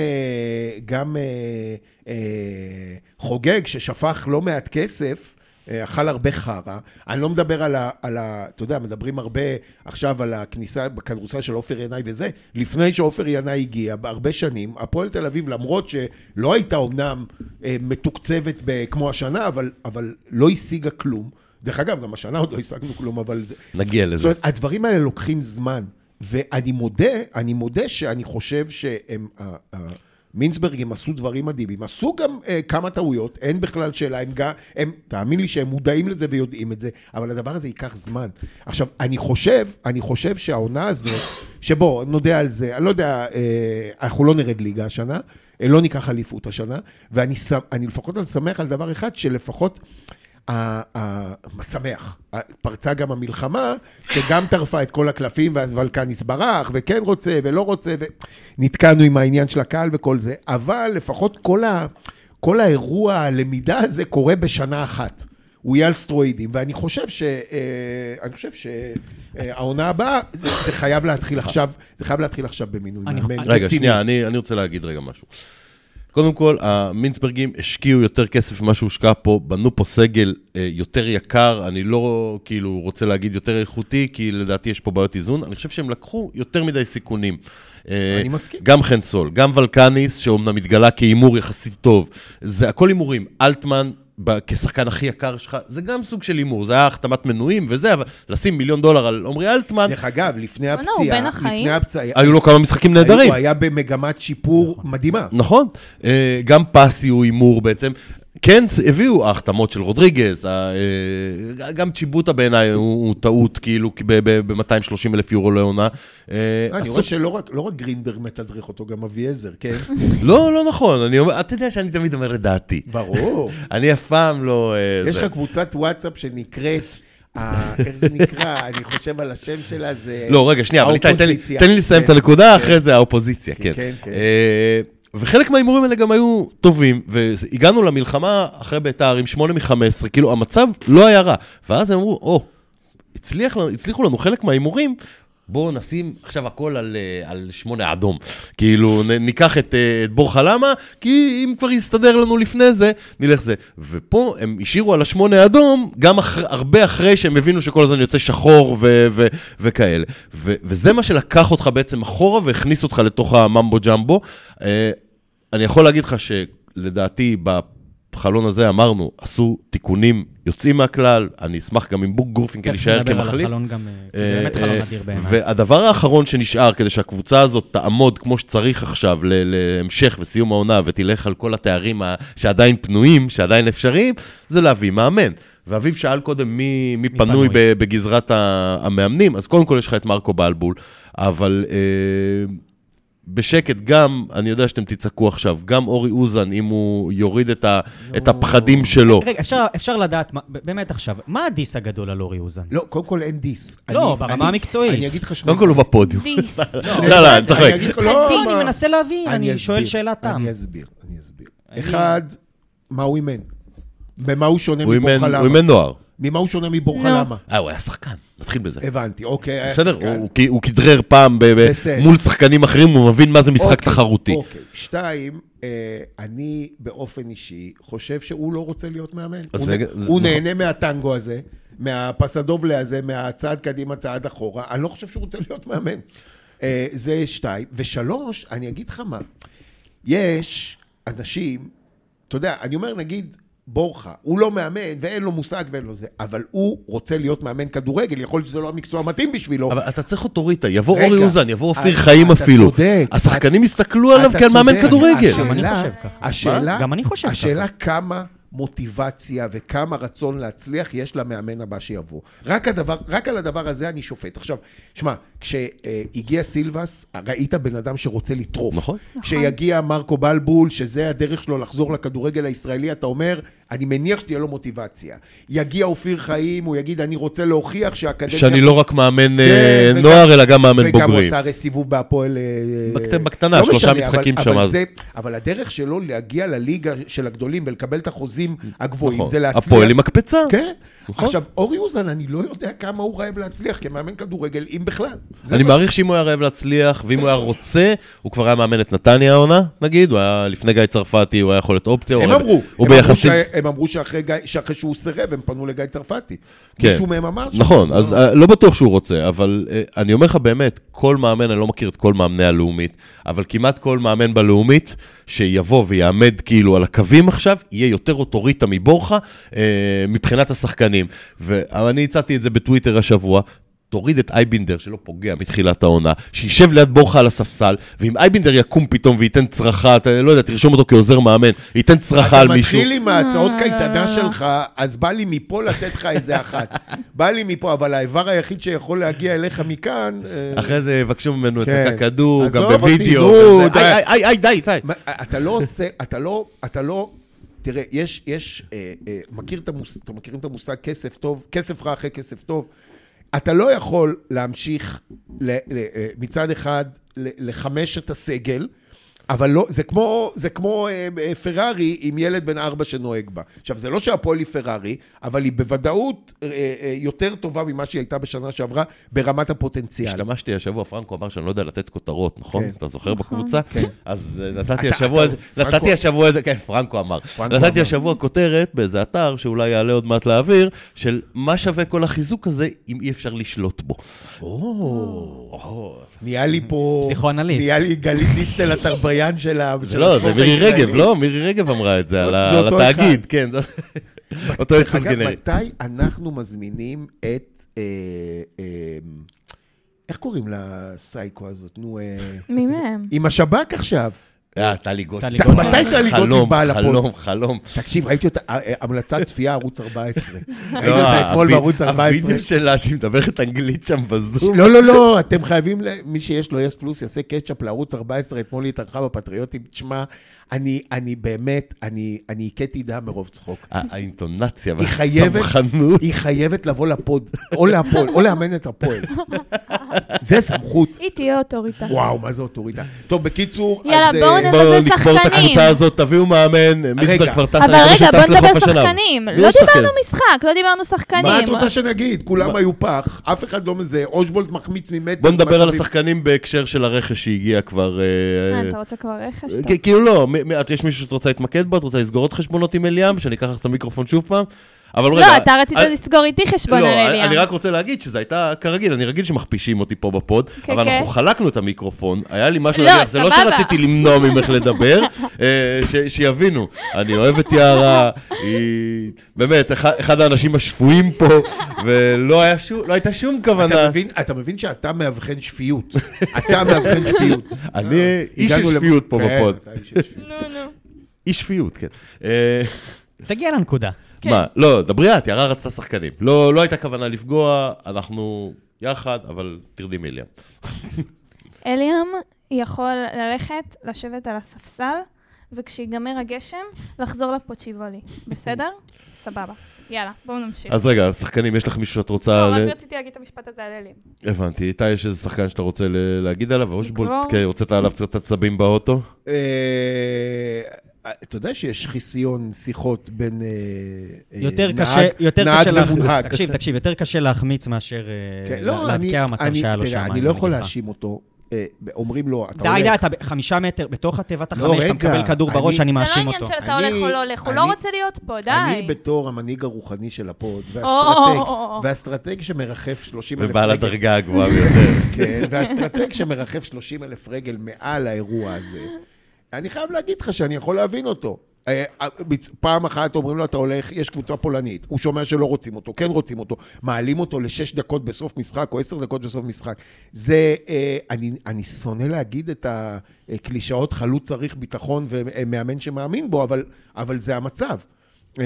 חוגג ששפך לא מעט כסף, אכל הרבה חרה. אני לא מדבר על ה, על ה... אתה יודע, מדברים הרבה עכשיו על הכניסה בכדורסל של עופר ינאי וזה. לפני שעופר ינאי הגיע, בהרבה שנים, הפועל תל אביב, למרות שלא הייתה אומנם מתוקצבת כמו השנה, אבל, אבל לא השיגה כלום. דרך אגב, גם השנה עוד לא השגנו כלום, אבל זה... נגיע לזה. זאת אומרת, הדברים האלה לוקחים זמן. ואני מודה, אני מודה שאני חושב שהם... מינסברגים עשו דברים מדהימים, עשו גם אה, כמה טעויות, אין בכלל שאלה, הם, הם, תאמין לי שהם מודעים לזה ויודעים את זה, אבל הדבר הזה ייקח זמן. עכשיו, אני חושב, אני חושב שהעונה הזאת, שבו נודע על זה, אני לא יודע, אה, אנחנו לא נרד ליגה השנה, אה, לא ניקח אליפות השנה, ואני אני לפחות על שמח על דבר אחד, שלפחות השמח, פרצה גם המלחמה, שגם טרפה את כל הקלפים, ואז ולקניס ברח, וכן רוצה ולא רוצה, ונתקענו עם העניין של הקהל וכל זה, אבל לפחות כל, ה, כל האירוע, הלמידה הזה קורה בשנה אחת. הוא יהיה על סטרואידים, ואני חושב ש... אני חושב שהעונה הבאה, זה, זה חייב להתחיל עכשיו, זה חייב להתחיל עכשיו במינוי. רגע, שנייה, אני, אני רוצה להגיד רגע משהו. קודם כל, המינסברגים השקיעו יותר כסף ממה שהושקע פה, בנו פה סגל יותר יקר, אני לא כאילו רוצה להגיד יותר איכותי, כי לדעתי יש פה בעיות איזון, אני חושב שהם לקחו יותר מדי סיכונים. אני מסכים. גם חן סול, גם ולקניס, שאומנם מתגלה כאימור יחסית טוב, זה הכל אימורים, אלטמן, כשחקן הכי יקר שלך, זה גם סוג של אימור, זה היה החתמת מנויים וזה, אבל לשים מיליון דולר על עומרי אלטמן. דרך אגב, לפני הפציעה, לפני הפציעה, היו לו כמה משחקים נהדרים. הוא היה במגמת שיפור מדהימה. נכון, גם פאסי הוא אימור בעצם. כן, הביאו ההחתמות של רודריגז, גם צ'יבוטה בעיניי הוא טעות, כאילו ב-מאתיים ושלושים אלף יורו לעונה. אני רואה שלא רק גרינברג מתדריך אותו, גם אבי עזר, כן? לא, לא נכון, אתה יודע שאני תמיד אומר את דעתי. ברור. אני אף פעם לא... יש לך קבוצת וואטסאפ שנקראת... איך זה נקרא? אני חושב על השם שלה, זה... לא, רגע, שנייה, אבל תן לי לסיים את הנקודה, אחרי זה האופוזיציה, כן. וחלק מהאימורים האלה גם היו טובים, והגענו למלחמה אחרי בית"ר עם שמונה מחמש עשרה, כאילו המצב לא היה רע. ואז הם אמרו, או, הצליח, הצליחו לנו חלק מהאימורים, בואו נשים עכשיו הכל על, על שמונה אדום. כאילו, ניקח את, את בור חלמה, כי אם כבר יסתדר לנו לפני זה, נלך זה. ופה הם השאירו על השמונה אדום, גם אח, הרבה אחרי שהם הבינו שכל הזמן יוצא שחור ו, ו, וכאלה. ו, וזה מה שלקח אותך בעצם אחורה, והכניס אותך לתוך הממבו ג'מבו. אני יכול להגיד לך שלדעתי, בחלון הזה אמרנו, עשו תיקונים יוצאים מהכלל, אני אשמח גם עם בוק גורפינקל להישאר כמחליף. על החלון גם, זה באמת חלון אדיר בעיניי. והדבר האחרון שנשאר, כדי שהקבוצה הזאת תעמוד כמו שצריך עכשיו, להמשך וסיום העונה, ותלך על כל התארים שעדיין פנויים, שעדיין אפשריים, זה להביא מאמן. ואביב שאל קודם מי, מי פנוי בגזרת המאמנים, אז קודם כל יש לך את מרקו בלבול, אבל בשקט גם, אני יודע שאתם תצעקו עכשיו, גם אורי אוזן, אם הוא יוריד את, ה, את הפחדים שלו. רגע, אפשר, אפשר לדעת, באמת עכשיו, מה הדיס הגדול על אורי אוזן? לא, קודם כל אין דיס. לא, אני, ברמה אני, המקצועית. אני אגיד לך שני... קודם כל הוא בפודיום. דיס. לא, לא, אני צוחק. לא, אני מנסה להבין, אני שואל שאלה תם. אני אסביר, אני אסביר. אחד, מה הוא אימן? במה הוא שונה מבור חלמה? הוא אימן נוער. ממה הוא שונה מבור חלמה? אה, הוא היה שחקן, נתחיל בזה. הבנתי, אוקיי, היה בסדר, שחקן. הוא כדרר פעם מול שחקנים אחרים, הוא מבין מה זה משחק תחרותי. אוקיי, שתיים, אני באופן אישי חושב שהוא לא רוצה להיות מאמן. הוא נהנה מהטנגו הזה, מהפסדובלה הזה, מהצעד קדימה, צעד אחורה. אני לא חושב שהוא רוצה להיות מאמן. זה שתיים. ושלוש, אני אגיד לך מה, יש אנשים, אתה יודע, אני אומר נגיד, בורחה, הוא לא מאמן ואין לו מושג ואין לו זה, אבל הוא רוצה להיות מאמן כדורגל, יכול להיות שזה לא המקצוע המתאים בשבילו. אבל אתה צריך אוטוריטה, יבוא אורי אוזן, יבוא אופיר חיים אפילו. השחקנים יסתכלו עליו כאל מאמן כדורגל. גם אני חושב ככה. השאלה, גם אני חושב ככה. השאלה כמה מוטיבציה וכמה רצון להצליח יש למאמן הבא שיבוא. רק הדבר, רק על הדבר הזה אני שופט. עכשיו, שמע, כשהגיע סילבס, ראית בן אדם שרוצה לטרוף. נכון. כשיגיע מרקו בלבול, שזה הדרך שלו לחזור לכדורגל הישראלי, אתה אומר, אני מניח שתהיה לו מוטיבציה. יגיע אופיר חיים, הוא יגיד, אני רוצה להוכיח שהאקדמיה... שאני לא רק מאמן נוער, אלא גם מאמן בוגרים. וגם הוא עשה הרי סיבוב בהפועל... בקטנה, שלושה משחקים שם אז. אבל הדרך שלו להגיע לליגה של הגדולים ולקבל את החוזים הגבוהים, זה להצליח... הפועל עם מקפצה. כן. עכשיו, אורי אוזן, אני לא יודע כמה הוא רעב להצליח כמאמן כדורגל, אם בכלל. אני מעריך שאם הוא היה רעב להצליח, ואם הוא היה רוצה, הוא כבר היה מאמן את נתניה העונה, נגיד, הוא היה לפני גיא צרפתי, הוא היה יכול להיות אופציה. הם אמרו, הם אמרו שאחרי שהוא סירב, הם פנו לגיא צרפתי. מישהו מהם אמר ש... נכון, אז לא בטוח שהוא רוצה, אבל אני אומר לך באמת, כל מאמן, אני לא מכיר את כל מאמני הלאומית, אבל כמעט כל מאמן בלאומית, שיבוא ויעמד כאילו על הקווים עכשיו, יהיה יותר אוטוריטה מבורחה, מבחינת השחקנים. ואני הצעתי את זה בטוויטר השבוע, תוריד את אייבינדר שלא פוגע מתחילת העונה, שישב ליד בורחה על הספסל, ואם אייבינדר יקום פתאום וייתן צרחה, אתה לא יודע, תרשום אותו כעוזר מאמן, ייתן צרחה על מישהו. אתה מתחיל עם ההצעות קייטנה שלך, אז בא לי מפה לתת לך איזה אחת. בא לי מפה, אבל האיבר היחיד שיכול להגיע אליך מכאן... אחרי זה יבקשו ממנו את הכדור, גם בווידאו. איי, איי, די, די. אתה לא עושה, אתה לא, אתה לא... תראה, יש, יש, מכיר את המושג, אתם מכירים את המושג כסף טוב, כסף רע אחרי כסף טוב. אתה לא יכול להמשיך מצד אחד לחמש את הסגל, אבל לא, זה כמו, זה כמו אה, פרארי עם ילד בן ארבע שנוהג בה. עכשיו, זה לא שהפועל היא פרארי, אבל היא בוודאות אה, אה, יותר טובה ממה שהיא הייתה בשנה שעברה, ברמת הפוטנציאל. השתמשתי השבוע, פרנקו אמר שאני לא יודע לתת כותרות, נכון? כן. אתה זוכר בקבוצה? כן. אז נתתי אתה, השבוע, אתה, זה, נתתי השבוע איזה, כן, פרנקו אמר. פרנקו נתתי אמר. השבוע כותרת באיזה אתר, שאולי יעלה עוד מעט לאוויר, של מה שווה כל החיזוק הזה, אם אי אפשר לשלוט בו. או, נהיה לי פה... פסיכואנליסט. נהיה לי גלית דיסטל התרבריין של הספורט הישראלי. לא, זה מירי רגב, לא? מירי רגב אמרה את זה, על התאגיד, כן. אותו יצור גנרי. אגב, מתי אנחנו מזמינים את... איך קוראים לסייקו הזאת? נו... מי מהם? עם השב"כ עכשיו. אה, טלי גוטליב. מתי טלי גוטליב באה לפוד? חלום, חלום. תקשיב, ראיתי אותה, המלצת צפייה ערוץ ארבע עשרה. ראיתי אותה אתמול בערוץ ארבע עשרה. הווידאו שלה שהיא מדברת אנגלית שם בזום. לא, לא, לא, אתם חייבים, מי שיש לו יס פלוס יעשה קטשאפ לערוץ ארבע עשרה, אתמול היא התארחה בפטריוטים. תשמע, אני, אני באמת, אני, אני הכיתי דם מרוב צחוק. האינטונציה והסמכנות. היא חייבת לבוא לפוד, או להפועל, או לאמן את הפועל. זה סמכות. היא תהיה אוטוריטה. וואו, מה זה אוטוריטה? טוב, בקיצור, יאללה, אז... בואו נ- בואו נבזה נקבור את שחקנים. הקבוצה הזאת, תביאו מאמן, מיצברג כבר טס, אבל אני רגע, חושב בוא שטס נדבר לחוף השנהב. שחקנים. מי לא הוא דיברנו שחקן? משחק, לא דיברנו שחקנים. מה את רוצה שנגיד? כולם היו פח, אף אחד לא מזה, אושבולט מחמיץ ממטר. בוא נדבר על מצבים- השחקנים בהקשר של הרכש שהגיע כבר... אה, אה, אתה רוצה כבר רכש? טוב. כ- כאילו לא, מ- מ- את יש מישהו שאת רוצה להתמקד בו, את רוצה לסגור עוד חשבונות עם אליאם, שאני אקח לך את המיקרופון שוב פעם? אבל רגע... לא, אתה רצית אני- לסגור איתי חשבון לא, על אני- אליאם. אני רק רוצה להגיד שזה הייתה כרגיל, אני רגיל שמכפישים אותי פה בפוד, כן, אבל כן. אנחנו חלקנו את המיקרופון, היה לי משהו לא, להגיד, זה לא סבבה. שרציתי למנוע ממך לדבר, אה, ש- שיבינו, אני אוהב את יערה, היא באמת אחד- אחד האנשים השפויים פה, ולא היה שום- לא הייתה שום אתה כוונה. מבין, אתה מבין שאתה מאבחן שפיות. אתה מאבחן שפיות. אני איש של הגענו למ- שפיות פה כן, בפוד. אתה איש של שפיות. נו, נו. איש שפיות, כן. אה, תגיע לנקודה. כן. מה? לא, דברי את, יערה רצתה שחקנים. לא לא הייתה כוונה לפגוע, אנחנו יחד, אבל תרדי מיליאם. אליאם יכול ללכת, לשבת על הספסל, וכשיגמר הגשם, לחזור לפוצ'יבולי. בסדר? סבבה. יאללה, בואו נמשיך. אז רגע, שחקנים, יש לך מישהו שאת רוצה... לא, ל- רק רציתי להגיד את המשפט הזה על אליאם. הבנתי, איתי יש איזה שחקן שאתה רוצה ל- להגיד עליו, אושבולט, לקרוא? כן, הוצאת עליו קצת עצבים באוטו? אה, אתה יודע שיש חיסיון שיחות בין אה, אה, יותר נהג- קשה, יותר נהג קשה להחמיץ, ומונהג. תקשיב, תקשיב, יותר קשה להחמיץ מאשר אה, כן, לא, אני, להבקיע המצב אני, שהיה לו תראה, שם. אני לא יכול להאשים אותו. אה, אומרים לו, אתה די, די, הולך... אתה חמישה מטר, בתוך התיבת לא, החמש, אתה רגע, מקבל כדור אני- בראש, אני זה לא מאשים עניין אותו. שאתה אני- הולך או לא הולך, הוא אני- לא רוצה להיות פה, די. אני בתור המנהיג הרוחני של הפוד, או, והאסטרטג, או, או, או. והאסטרטג שמרחף שלושים אלף ובעל רגל, הדרגה הגבוהה ביותר. כן, והאסטרטג שמרחף שלושים אלף רגל מעל האירוע הזה, אני חייב להגיד לך שאני יכול להבין אותו. אה, פעם אחת אומרים לו, אתה הולך, יש קבוצה פולנית, הוא שומע שלא רוצים אותו, כן רוצים אותו, מעלים אותו לשש דקות בסוף משחק, או עשר דקות בסוף משחק. זה, אה, אני, אני שונא להגיד את הקלישאות, חלוץ צריך ביטחון ומאמן שמאמין בו, אבל, אבל זה המצב. אה,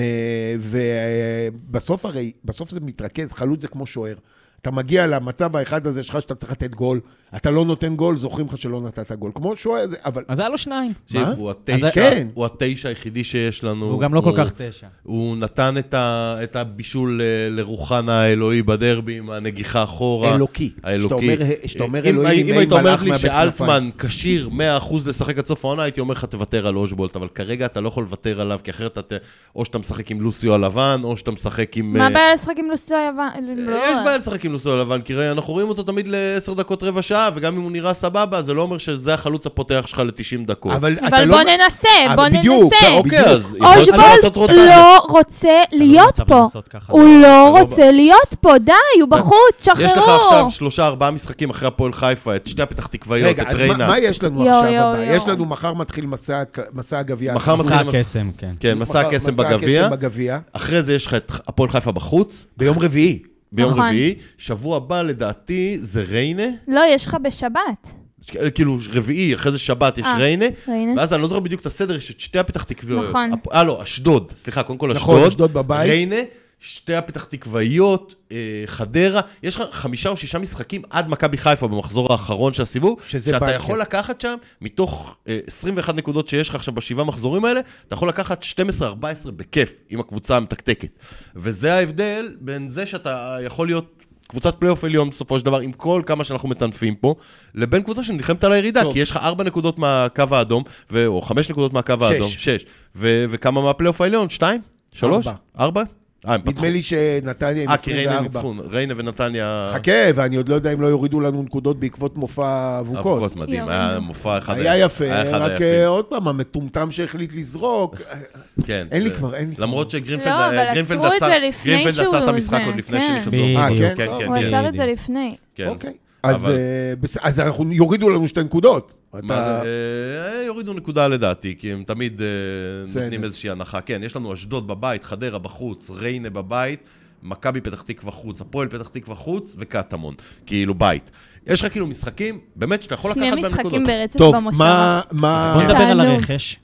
ובסוף הרי, בסוף זה מתרכז, חלוץ זה כמו שוער. אתה מגיע למצב האחד הזה שלך שאתה צריך לתת גול, אתה לא נותן גול, זוכרים לך שלא נתת גול. כמו שוער, זה, אבל... אז היה לו שניים. תקשיב, מה? הוא אז התשע, כן. הוא התשע היחידי שיש לנו. והוא גם לא כל כך תשע. הוא נתן את ה- את הבישול ל- לרוחנה האלוהי בדרבי עם הנגיחה אחורה. אלוקי. האלוקי. שאתה אומר- שאתה אומר אם- אלוהי, אם אם היית מלאך אומרת לי מהבית שאלטמן כשיר מאה אחוז לשחק עד סוף העונה, הייתי אומר לך תוותר על אושבולט, אבל כרגע אתה לא יכול לוותר עליו, כי אחרת אתה, או שאתה משחק עם לוסיו הלבן, או שאתה משחק עם... מה אה, הבעיה לשחק עם לוסיו היוון? יש בעיה לשחק עם לוסיו הלבן, כי אנחנו רואים אותו תמיד לעשר דקות רבע שעה, וגם אם הוא נראה סבבה, זה לא אומר שזה החלוץ הפותח שלך ל-תשעים דקות. אבל אתה אבל לא... בוא ננסה, אבל בוא בדיוק, ננסה. אוקיי, אז יכול להיות אושבולט לעשות רוטציה. לא רוצה להיות צריך פה. לעשות ככה. הוא לא לא רוצה להיות פה, די, הוא בחוץ, יש לך שחררו. עכשיו שלושה, ארבעה משחקים אחרי הפועל חיפה, את שתי הפתח תקוויות, רגע, את אז ריינה. מה, מה יש לנו יו, עכשיו יו, הבא? יו. יש לנו, מחר מתחיל מסע, מסע הגביע. מחר החזור. מתחיל מסע הקסם, כן. כן, מסע מחר- הקסם מסע בגביע. הקסם בגביע. אחרי זה יש לך את הפועל חיפה בחוץ, ביום רביעי. ביום נכון. רביעי. שבוע הבא, לדעתי, זה ריינה. לא, יש לך בשבת. כאילו, רביעי, אחרי זה שבת יש אה, ריינה. ריינה. ואז אני לא זוכר בדיוק את הסדר, יש את שתי הפתח תקוויות. נכון. הפ- אה, לא, אשדוד. סליחה, קודם כל נכון, אשדוד. אשדוד בבית. ריינה, שתי הפתח תקוויות, אה, חדרה. יש לך חמישה או שישה משחקים עד מכבי חיפה במחזור האחרון של הסיבוב. שזה שאתה בנקר. יכול לקחת שם, מתוך אה, עשרים ואחת נקודות שיש לך עכשיו בשבעה מחזורים האלה, אתה יכול לקחת שתים עשרה ארבע עשרה בכיף עם הקבוצה המתקתקת. וזה ההבדל בין זה שאתה יכול להיות קבוצת פלייאוף עליון בסופו של דבר, עם כל כמה שאנחנו מטנפים פה, לבין קבוצה שנלחמת על הירידה, טוב. כי יש לך ארבע נקודות מהקו האדום, ו- או חמש נקודות מהקו האדום, שש. שש, ו- וכמה מהפלייאוף העליון? שתיים? שלוש? ארבע. ארבע? אה, הם פתחו. נדמה לי שנתניה עם אה, כי עשרים ריינה וארבע. ניצחו, ריינה ונתניה... חכה, ואני עוד לא יודע אם לא יורידו לנו נקודות בעקבות מופע אבוקות. אבוקות מדהים, יואו. היה מופע אחד... היה יפה, היה אחד רק היפים. אה, עוד פעם, המטומטם שהחליט לזרוק. כן. אין לי ו- כבר, אין לי כבר. למרות שגרינפלד לא, אבל גרינפלד עצרו את עצר- זה לפני גרינפלד שהוא עצר את המשחק זה, עוד לפני כן. שנכנסו. בדיוק. אה, כן? כן, טוב. כן, הוא בדיוק. עצר את זה לפני. כן. אוקיי. אז, אבל- אה, בס- אז אנחנו יורידו לנו שתי נקודות. מה אתה- זה? אה, יורידו נקודה לדעתי, כי הם תמיד אה, בסדר. נותנים איזושהי הנחה. כן, יש לנו אשדוד בבית, חדרה בחוץ, ריינה בבית, מכבי פתח תקווה חוץ, הפועל פתח תקווה חוץ וקטמון, כאילו בית. יש לך כאילו משחקים, באמת שאתה יכול לקחת שני בהם משחקים נקודות. ברצף טוב, במושב. מה... מה- בוא נדבר על תענוג. הרכש.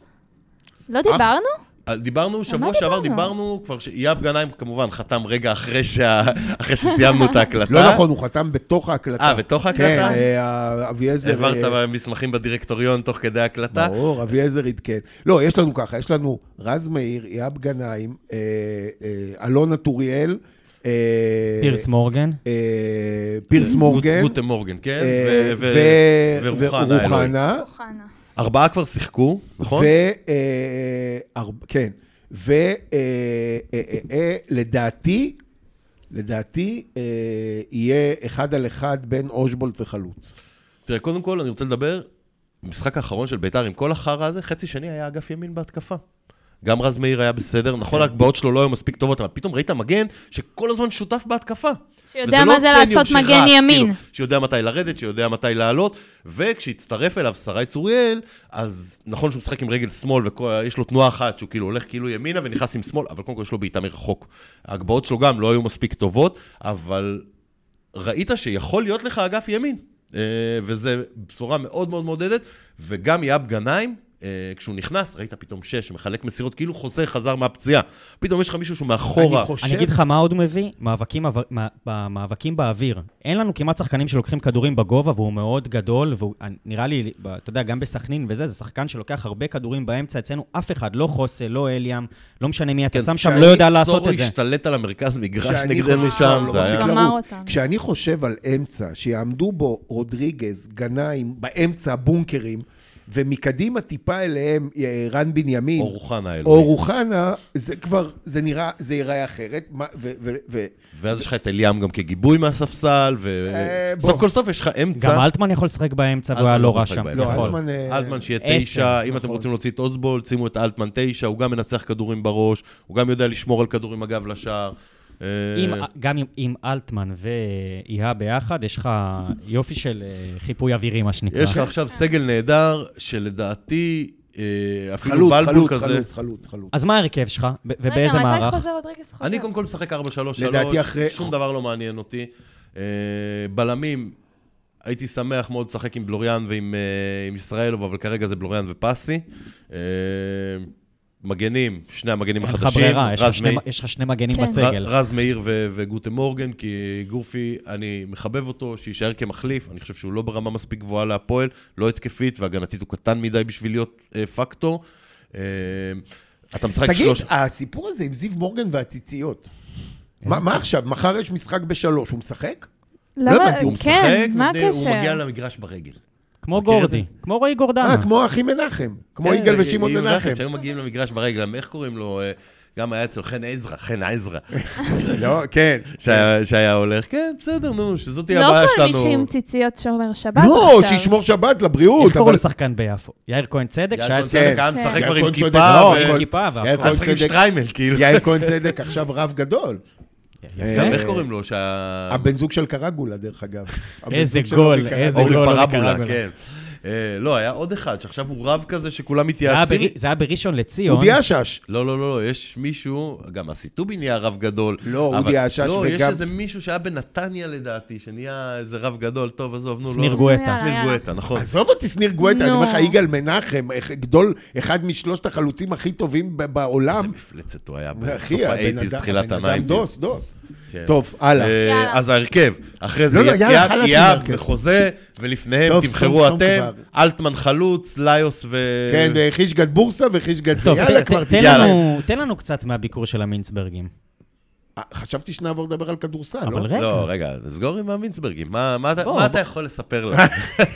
לא דיברנו? אה, דיברנו, שבוע מה שעבר דיברנו? דיברנו, כבר שיאב גנאים כמובן חתם רגע אחרי שה- אחרי שסיימנו את ההקלטה. לא נכון, הוא חתם בתוך ההקלטה. אה, בתוך ההקלטה? כן, אה, אביעזר... אה, העברת מסמכים בדירקטוריון תוך כדי ההקלטה? ברור, אביעזר עדכן. לא, יש לנו ככה, יש לנו רז מאיר, יאב גנאים, אה, אה, אלונה טוריאל, פירס מורגן. פירס מורגן. גוטה מורגן, כן. ורוחנה. ארבעה כבר שיחקו, נכון? כן. ולדעתי, לדעתי, יהיה אחד על אחד בין אושבולט וחלוץ. תראה, קודם כל אני רוצה לדבר, במשחק האחרון של בית"ר עם כל החרא הזה, חצי שני היה אגף ימין בהתקפה. גם רז מאיר היה בסדר, נכון, ההגבהות שלו לא היו מספיק טובות, אבל פתאום ראית מגן שכל הזמן שותף בהתקפה. שיודע מה זה לעשות מגן ימין. שיודע מתי לרדת, שיודע מתי לעלות, וכשהצטרף אליו שרי צוריאל, אז נכון שהוא משחק עם רגל שמאל, ויש לו תנועה אחת שהוא כאילו הולך כאילו ימינה ונכנס עם שמאל, אבל קודם כל יש לו בעיטה מרחוק. ההגבהות שלו גם לא היו מספיק טובות, אבל ראית שיכול להיות לך אגף ימין, וזה בשורה מאוד מאוד מעודדת, וגם יאב גנאים, כשהוא נכנס, ראית פתאום שש, מחלק מסירות, כאילו חוזר, חזר מהפציעה. פתאום יש לך מישהו שהוא מאחורה. אני אגיד לך מה עוד הוא מביא, מאבקים באוויר. אין לנו כמעט שחקנים שלוקחים כדורים בגובה, והוא מאוד גדול, ונראה לי, אתה יודע, גם בסכנין וזה, זה שחקן שלוקח הרבה כדורים באמצע, אצלנו אף אחד, לא חוסה, לא אליאם, לא משנה מי אתה שם שם, לא יודע לעשות את זה. השתלט על המרכז מגרש נגדנו שם. כשאני חושב על אמצע, שיעמדו בו רודריגז, גנאים, באמצע בונקרים, ומקדימה טיפה אליהם רן בנימין, או רוחנה אלוהי. או רוחנה, זה כבר, זה נראה, זה ייראה אחרת. ואז יש לך את אליאם גם כגיבוי מהספסל, וסוף כל סוף יש לך אמצע. גם אלטמן יכול לשחק באמצע, והוא היה לא רע שם. אלטמן שיהיה תשע, אם אתם רוצים להוציא את אוסבול, שימו את אלטמן תשע, הוא גם מנצח כדורים בראש, הוא גם יודע לשמור על כדורים אגב לשער. גם עם אלטמן ואיהה ביחד, יש לך יופי של חיפוי אווירי, מה שנקרא. יש לך עכשיו סגל נהדר, שלדעתי אפילו בלבול כזה. חלוץ, חלוץ, חלוץ. אז מה הרכב שלך, ובאיזה מערך? רגע, מתי חוזר רודריגז חוזר? אני קודם כל משחק ארבע שלוש שלוש, שום דבר לא מעניין אותי. בלמים, הייתי שמח מאוד לשחק עם בלוריאן ועם ישראל, אבל כרגע זה בלוריאן ופסי. מגנים, שני המגנים החדשים. אין לך ברירה, יש לך שני מגנים בסגל. רז מאיר וגוטה מורגן, כי גורפי, אני מחבב אותו, שישאר כמחליף, אני חושב שהוא לא ברמה מספיק גבוהה להפועל, לא התקפית, והגנתית הוא קטן מדי בשביל להיות פקטור. אתה משחק שלוש... תגיד, הסיפור הזה עם זיו מורגן והציציות, מה עכשיו? מחר יש משחק בשלוש, הוא משחק? לא, הוא משחק, הוא מגיע למגרש ברגל. כמו גורדי, כמו רועי גורדנה. אה, כמו אחי מנחם, כמו יגאל ושמעון מנחם. שהיו מגיעים למגרש ברגל, איך קוראים לו? גם היה אצלו חן עזרא, חן עזרא. לא, כן. שהיה הולך, כן, בסדר, נו, שזאת תהיה הבעיה שלנו. לא כל מי שעם ציציות שומר שבת לא, שישמור שבת לבריאות. איך קוראים לשחקן ביפו? יאיר כהן צדק? יאיר כהן צדק, היה משחק כבר עם כיפה. לא, עם כיפה. היה משחק עם שטריימל, כאילו. יאיר כהן צדק, עכשיו רב גדול. איך קוראים לו? הבן זוג של קרגולה, דרך אגב. איזה גול, איזה גול. אורי פרבולה, כן. לא, היה עוד אחד, שעכשיו הוא רב כזה שכולם מתייעצים. זה היה בראשון לציון. אודי אשש. לא, לא, לא, יש מישהו, גם הסיטובי נהיה רב גדול. לא, אודי אשש וגם... לא, יש איזה מישהו שהיה בנתניה לדעתי, שנהיה איזה רב גדול, טוב, עזוב, נו, לא. סניר גואטה. סניר גואטה, נכון. עזוב אותי סניר גואטה, אני אומר לך, יגאל מנחם, גדול, אחד משלושת החלוצים הכי טובים בעולם. איזה מפלצת הוא היה בסוף ה-שמונים, תחילת ה-תשעים. דוס, דוס. טוב, הלאה. אז ההרכב, אחרי זה יאב וחוזה, ולפניהם תבחרו אתם, אלטמן חלוץ, ליוס ו... כן, וחישגת בורסה וחישגת... טוב, תן לנו קצת מהביקור של המינסברגים. חשבתי שנעבור לדבר על כדורסל, לא? אבל רגע. לא, רגע, סגור עם המינסברגים. מה אתה יכול לספר לנו?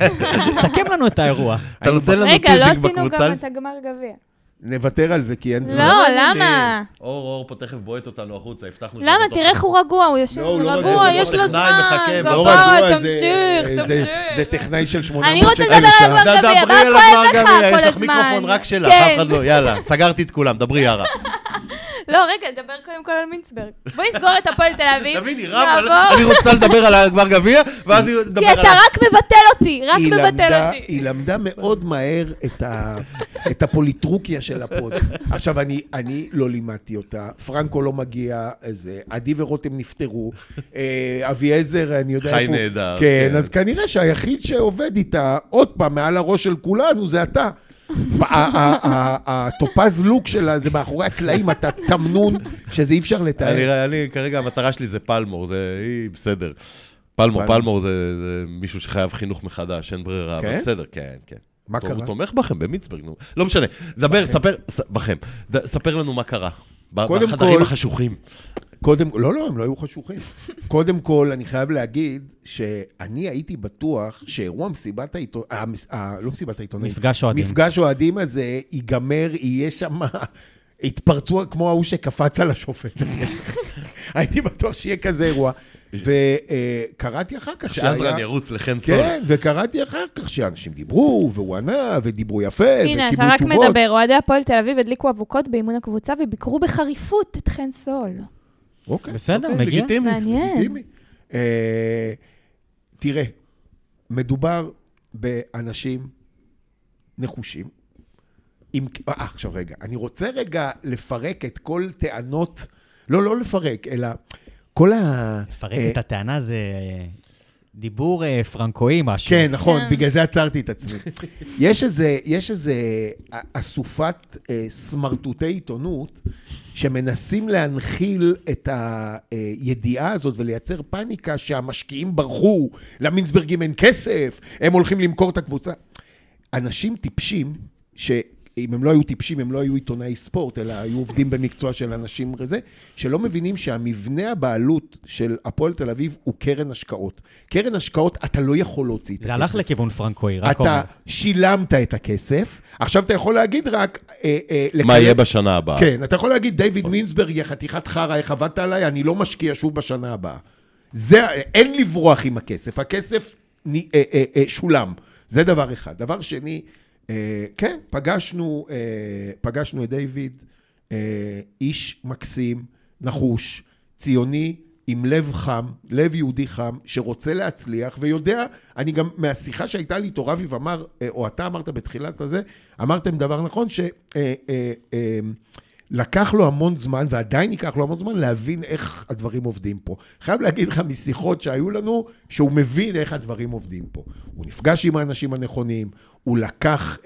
סכם לנו את האירוע. אתה נותן לנו רגע, לא עשינו גם את הגמר גביע. נוותר על זה, כי אין זמן. לא, למה? אור, אור פה תכף בועט אותנו החוצה, הבטחנו... למה? תראה איך הוא רגוע, הוא יושב רגוע, יש לו זמן. לא רגוע, תמשיך, תמשיך. זה טכנאי של שמונה מאות שקל לשעה. אני רוצה לדבר על הגמר גביע, מה כואב לך כל הזמן? יש לך מיקרופון רק שלך, אף אחד לא, יאללה, סגרתי את כולם, דברי יארה. לא, רגע, דבר קודם כל על מינסברג. בואי סגור את הפועל תל אביב. תביני, רב, אני רוצה לדבר על הגמר גביע, ואז היא תדבר על... כי אתה רק מבטל אותי, רק מבטל אותי. היא למדה מאוד מהר את הפוליטרוקיה של הפוד. עכשיו, אני לא לימדתי אותה, פרנקו לא מגיע, עדי ורותם נפטרו, אביעזר, אני יודע איפה... חי נהדר. כן, אז כנראה שהיחיד שעובד איתה, עוד פעם, מעל הראש של כולנו, זה אתה. הטופז לוק שלה זה מאחורי הקלעים, אתה תמנון שזה אי אפשר לתאר. אני כרגע המטרה שלי זה פלמור, זה היא בסדר. פלמור, פלמור זה מישהו שחייב חינוך מחדש, אין ברירה, אבל בסדר, כן, כן. מה קרה? הוא תומך בכם במינסברג, לא משנה. דבר, ספר, בכם, ספר לנו מה קרה. בחדרים החשוכים. קודם, לא, לא, הם לא היו חשוכים. קודם כל, אני חייב להגיד שאני הייתי בטוח שאירוע מסיבת העיתונאים, לא מסיבת העיתונאים, מפגש אוהדים. מפגש אוהדים הזה ייגמר, יהיה שם, התפרצו כמו ההוא שקפץ על השופט. הייתי בטוח שיהיה כזה אירוע. וקראתי אחר כך שהיה... שעזרן ירוץ לחן סול. כן, וקראתי אחר כך שאנשים דיברו, והוא ענה, ודיברו יפה, וקיבלו תשובות. הנה, אתה רק מדבר, אוהדי הפועל תל אביב הדליקו אבוקות באימון הקבוצה, וביקרו בחריפות את חן סול. אוקיי. בסדר, מגיע. לגיטימי. מעניין. תראה, מדובר באנשים נחושים. עכשיו רגע, אני רוצה רגע לפרק את כל טענות, לא, לא לפרק, אלא כל ה... לפרק את הטענה זה דיבור פרנקואי משהו. כן, נכון, בגלל זה עצרתי את עצמי. יש איזה, יש איזה אסופת סמרטוטי עיתונות, שמנסים להנחיל את הידיעה הזאת ולייצר פאניקה שהמשקיעים ברחו, למינסברגים אין כסף, הם הולכים למכור את הקבוצה. אנשים טיפשים, שאם הם לא היו טיפשים, הם לא היו עיתונאי ספורט, אלא היו עובדים במקצוע של אנשים רזה, שלא מבינים שהמבנה הבעלות של הפועל תל אביב הוא קרן השקעות. קרן השקעות, אתה לא יכול להוציא את הכסף. זה הלך לכיוון פרנקואי, רק אומר. אתה שילמת את הכסף, עכשיו אתה יכול להגיד רק... מה יהיה בשנה הבאה? כן, אתה יכול להגיד, דיוויד מינסברג, יא חתיכת חרא, איך עבדת עליי, אני לא משקיע שוב בשנה הבאה. זה, אין לברוח עם הכסף, הכסף שולם. זה דבר אחד. דבר שני, כן, פגשנו, פגשנו את דיוויד, איש מקסים, נחוש, ציוני, עם לב חם, לב יהודי חם, שרוצה להצליח, ויודע, אני גם, מהשיחה שהייתה לי, תורביב אמר, או אתה אמרת בתחילת הזה, אמרתם דבר נכון, שלקח לו המון זמן, ועדיין ייקח לו המון זמן, להבין איך הדברים עובדים פה. חייב להגיד לך משיחות שהיו לנו, שהוא מבין איך הדברים עובדים פה. הוא נפגש עם האנשים הנכונים, הוא לקח...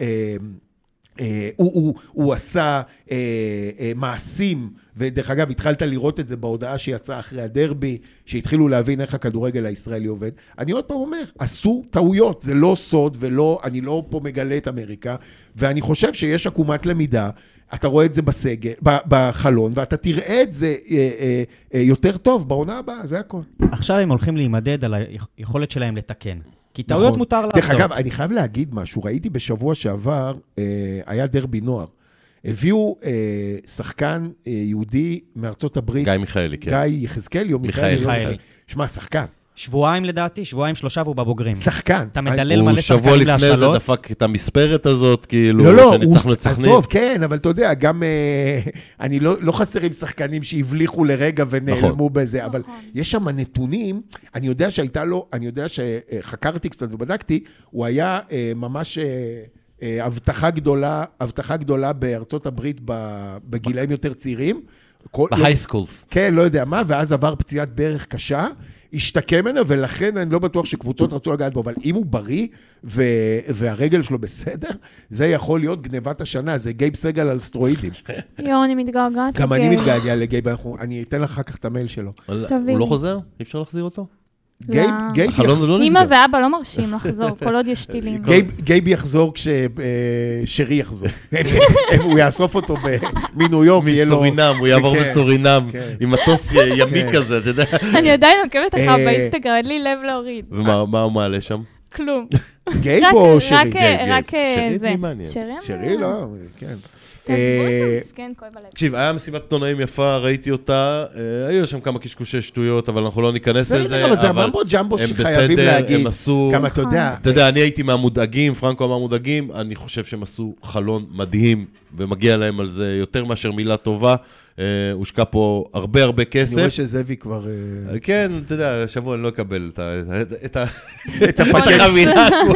הוא, הוא, הוא עשה אה, אה, מעשים, ודרך אגב, התחלת לראות את זה בהודעה שיצאה אחרי הדרבי, שהתחילו להבין איך הכדורגל הישראלי עובד. אני עוד פעם אומר, עשו טעויות, זה לא סוד, ולא, אני לא פה מגלה את אמריקה, ואני חושב שיש עקומת למידה, אתה רואה את זה בסגל, בחלון, ואתה תראה את זה אה, אה, אה, יותר טוב בעונה הבאה, זה הכל. עכשיו הם הולכים להימדד על היכולת שלהם לתקן. כי טעויות נכון. מותר לעשות. דרך אגב, אני חייב להגיד משהו, ראיתי בשבוע שעבר, אה, היה דרבי נוער, הביאו אה, שחקן אה, יהודי מארצות הברית, גיא מיכאלי, כן. גיא יחזקאלי או מיכאלי. מיכאלי. שמע, שחקן. שבועיים לדעתי, שבועיים שלושה והוא בבוגרים. שחקן. אתה מדלל מלא שחקנים להשאלות. הוא שבוע לפני זה דפק את המספרת הזאת, כאילו, לא, לא, שניצחנו את סכנין. עזוב, כן, אבל אתה יודע, גם, אני לא, לא חסרים שחקנים שהבליחו לרגע ונעלמו נכון. בזה, אבל נכון. יש שם נתונים, אני יודע שהייתה לו, אני יודע שחקרתי קצת ובדקתי, הוא היה ממש הבטחה גדולה, הבטחה גדולה בארצות הברית בגילאים יותר צעירים. בהייסקולס. כן, לא יודע מה, ואז עבר פציעת ברך קשה, השתקם ממנו, ולכן אני לא בטוח שקבוצות רצו לגעת בו, אבל אם הוא בריא, ו... והרגל שלו בסדר, זה יכול להיות גנבת השנה, זה גייב סגל על סטרואידים. יו, אני מתגעגעת. גם אני מתגעגע לגייב, אני אתן לך אחר כך את המייל שלו. הוא לא חוזר? אי אפשר להחזיר אותו? גייב, גייב יחזור. אמא ואבא לא מרשים לחזור, כל עוד יש טילים. גייב יחזור כששרי יחזור. הוא יאסוף אותו מניו יורק. מסורינם, הוא יעבור בסורינם, עם מטוס ימי כזה, אתה יודע. אני עדיין עוקבת לך באינסטגרם, אין לי לב להוריד. ומה הוא מעלה שם? כלום. גייב או שרי? רק זה. שרי? שרי לא, כן. תקשיב, היה מסיבת עיתונאים יפה, ראיתי אותה, היו שם כמה קשקושי שטויות, אבל אנחנו לא ניכנס לזה, אבל זה הממבו ג'מבו שחייבים להגיד, הם עשו, גם אתה יודע, אתה יודע, אני הייתי מהמודאגים, פרנקו אמר מודאגים, אני חושב שהם עשו חלון מדהים, ומגיע להם על זה יותר מאשר מילה טובה, הושקע פה הרבה הרבה כסף. אני רואה שזאבי כבר... כן, אתה יודע, השבוע אני לא אקבל את הפקט.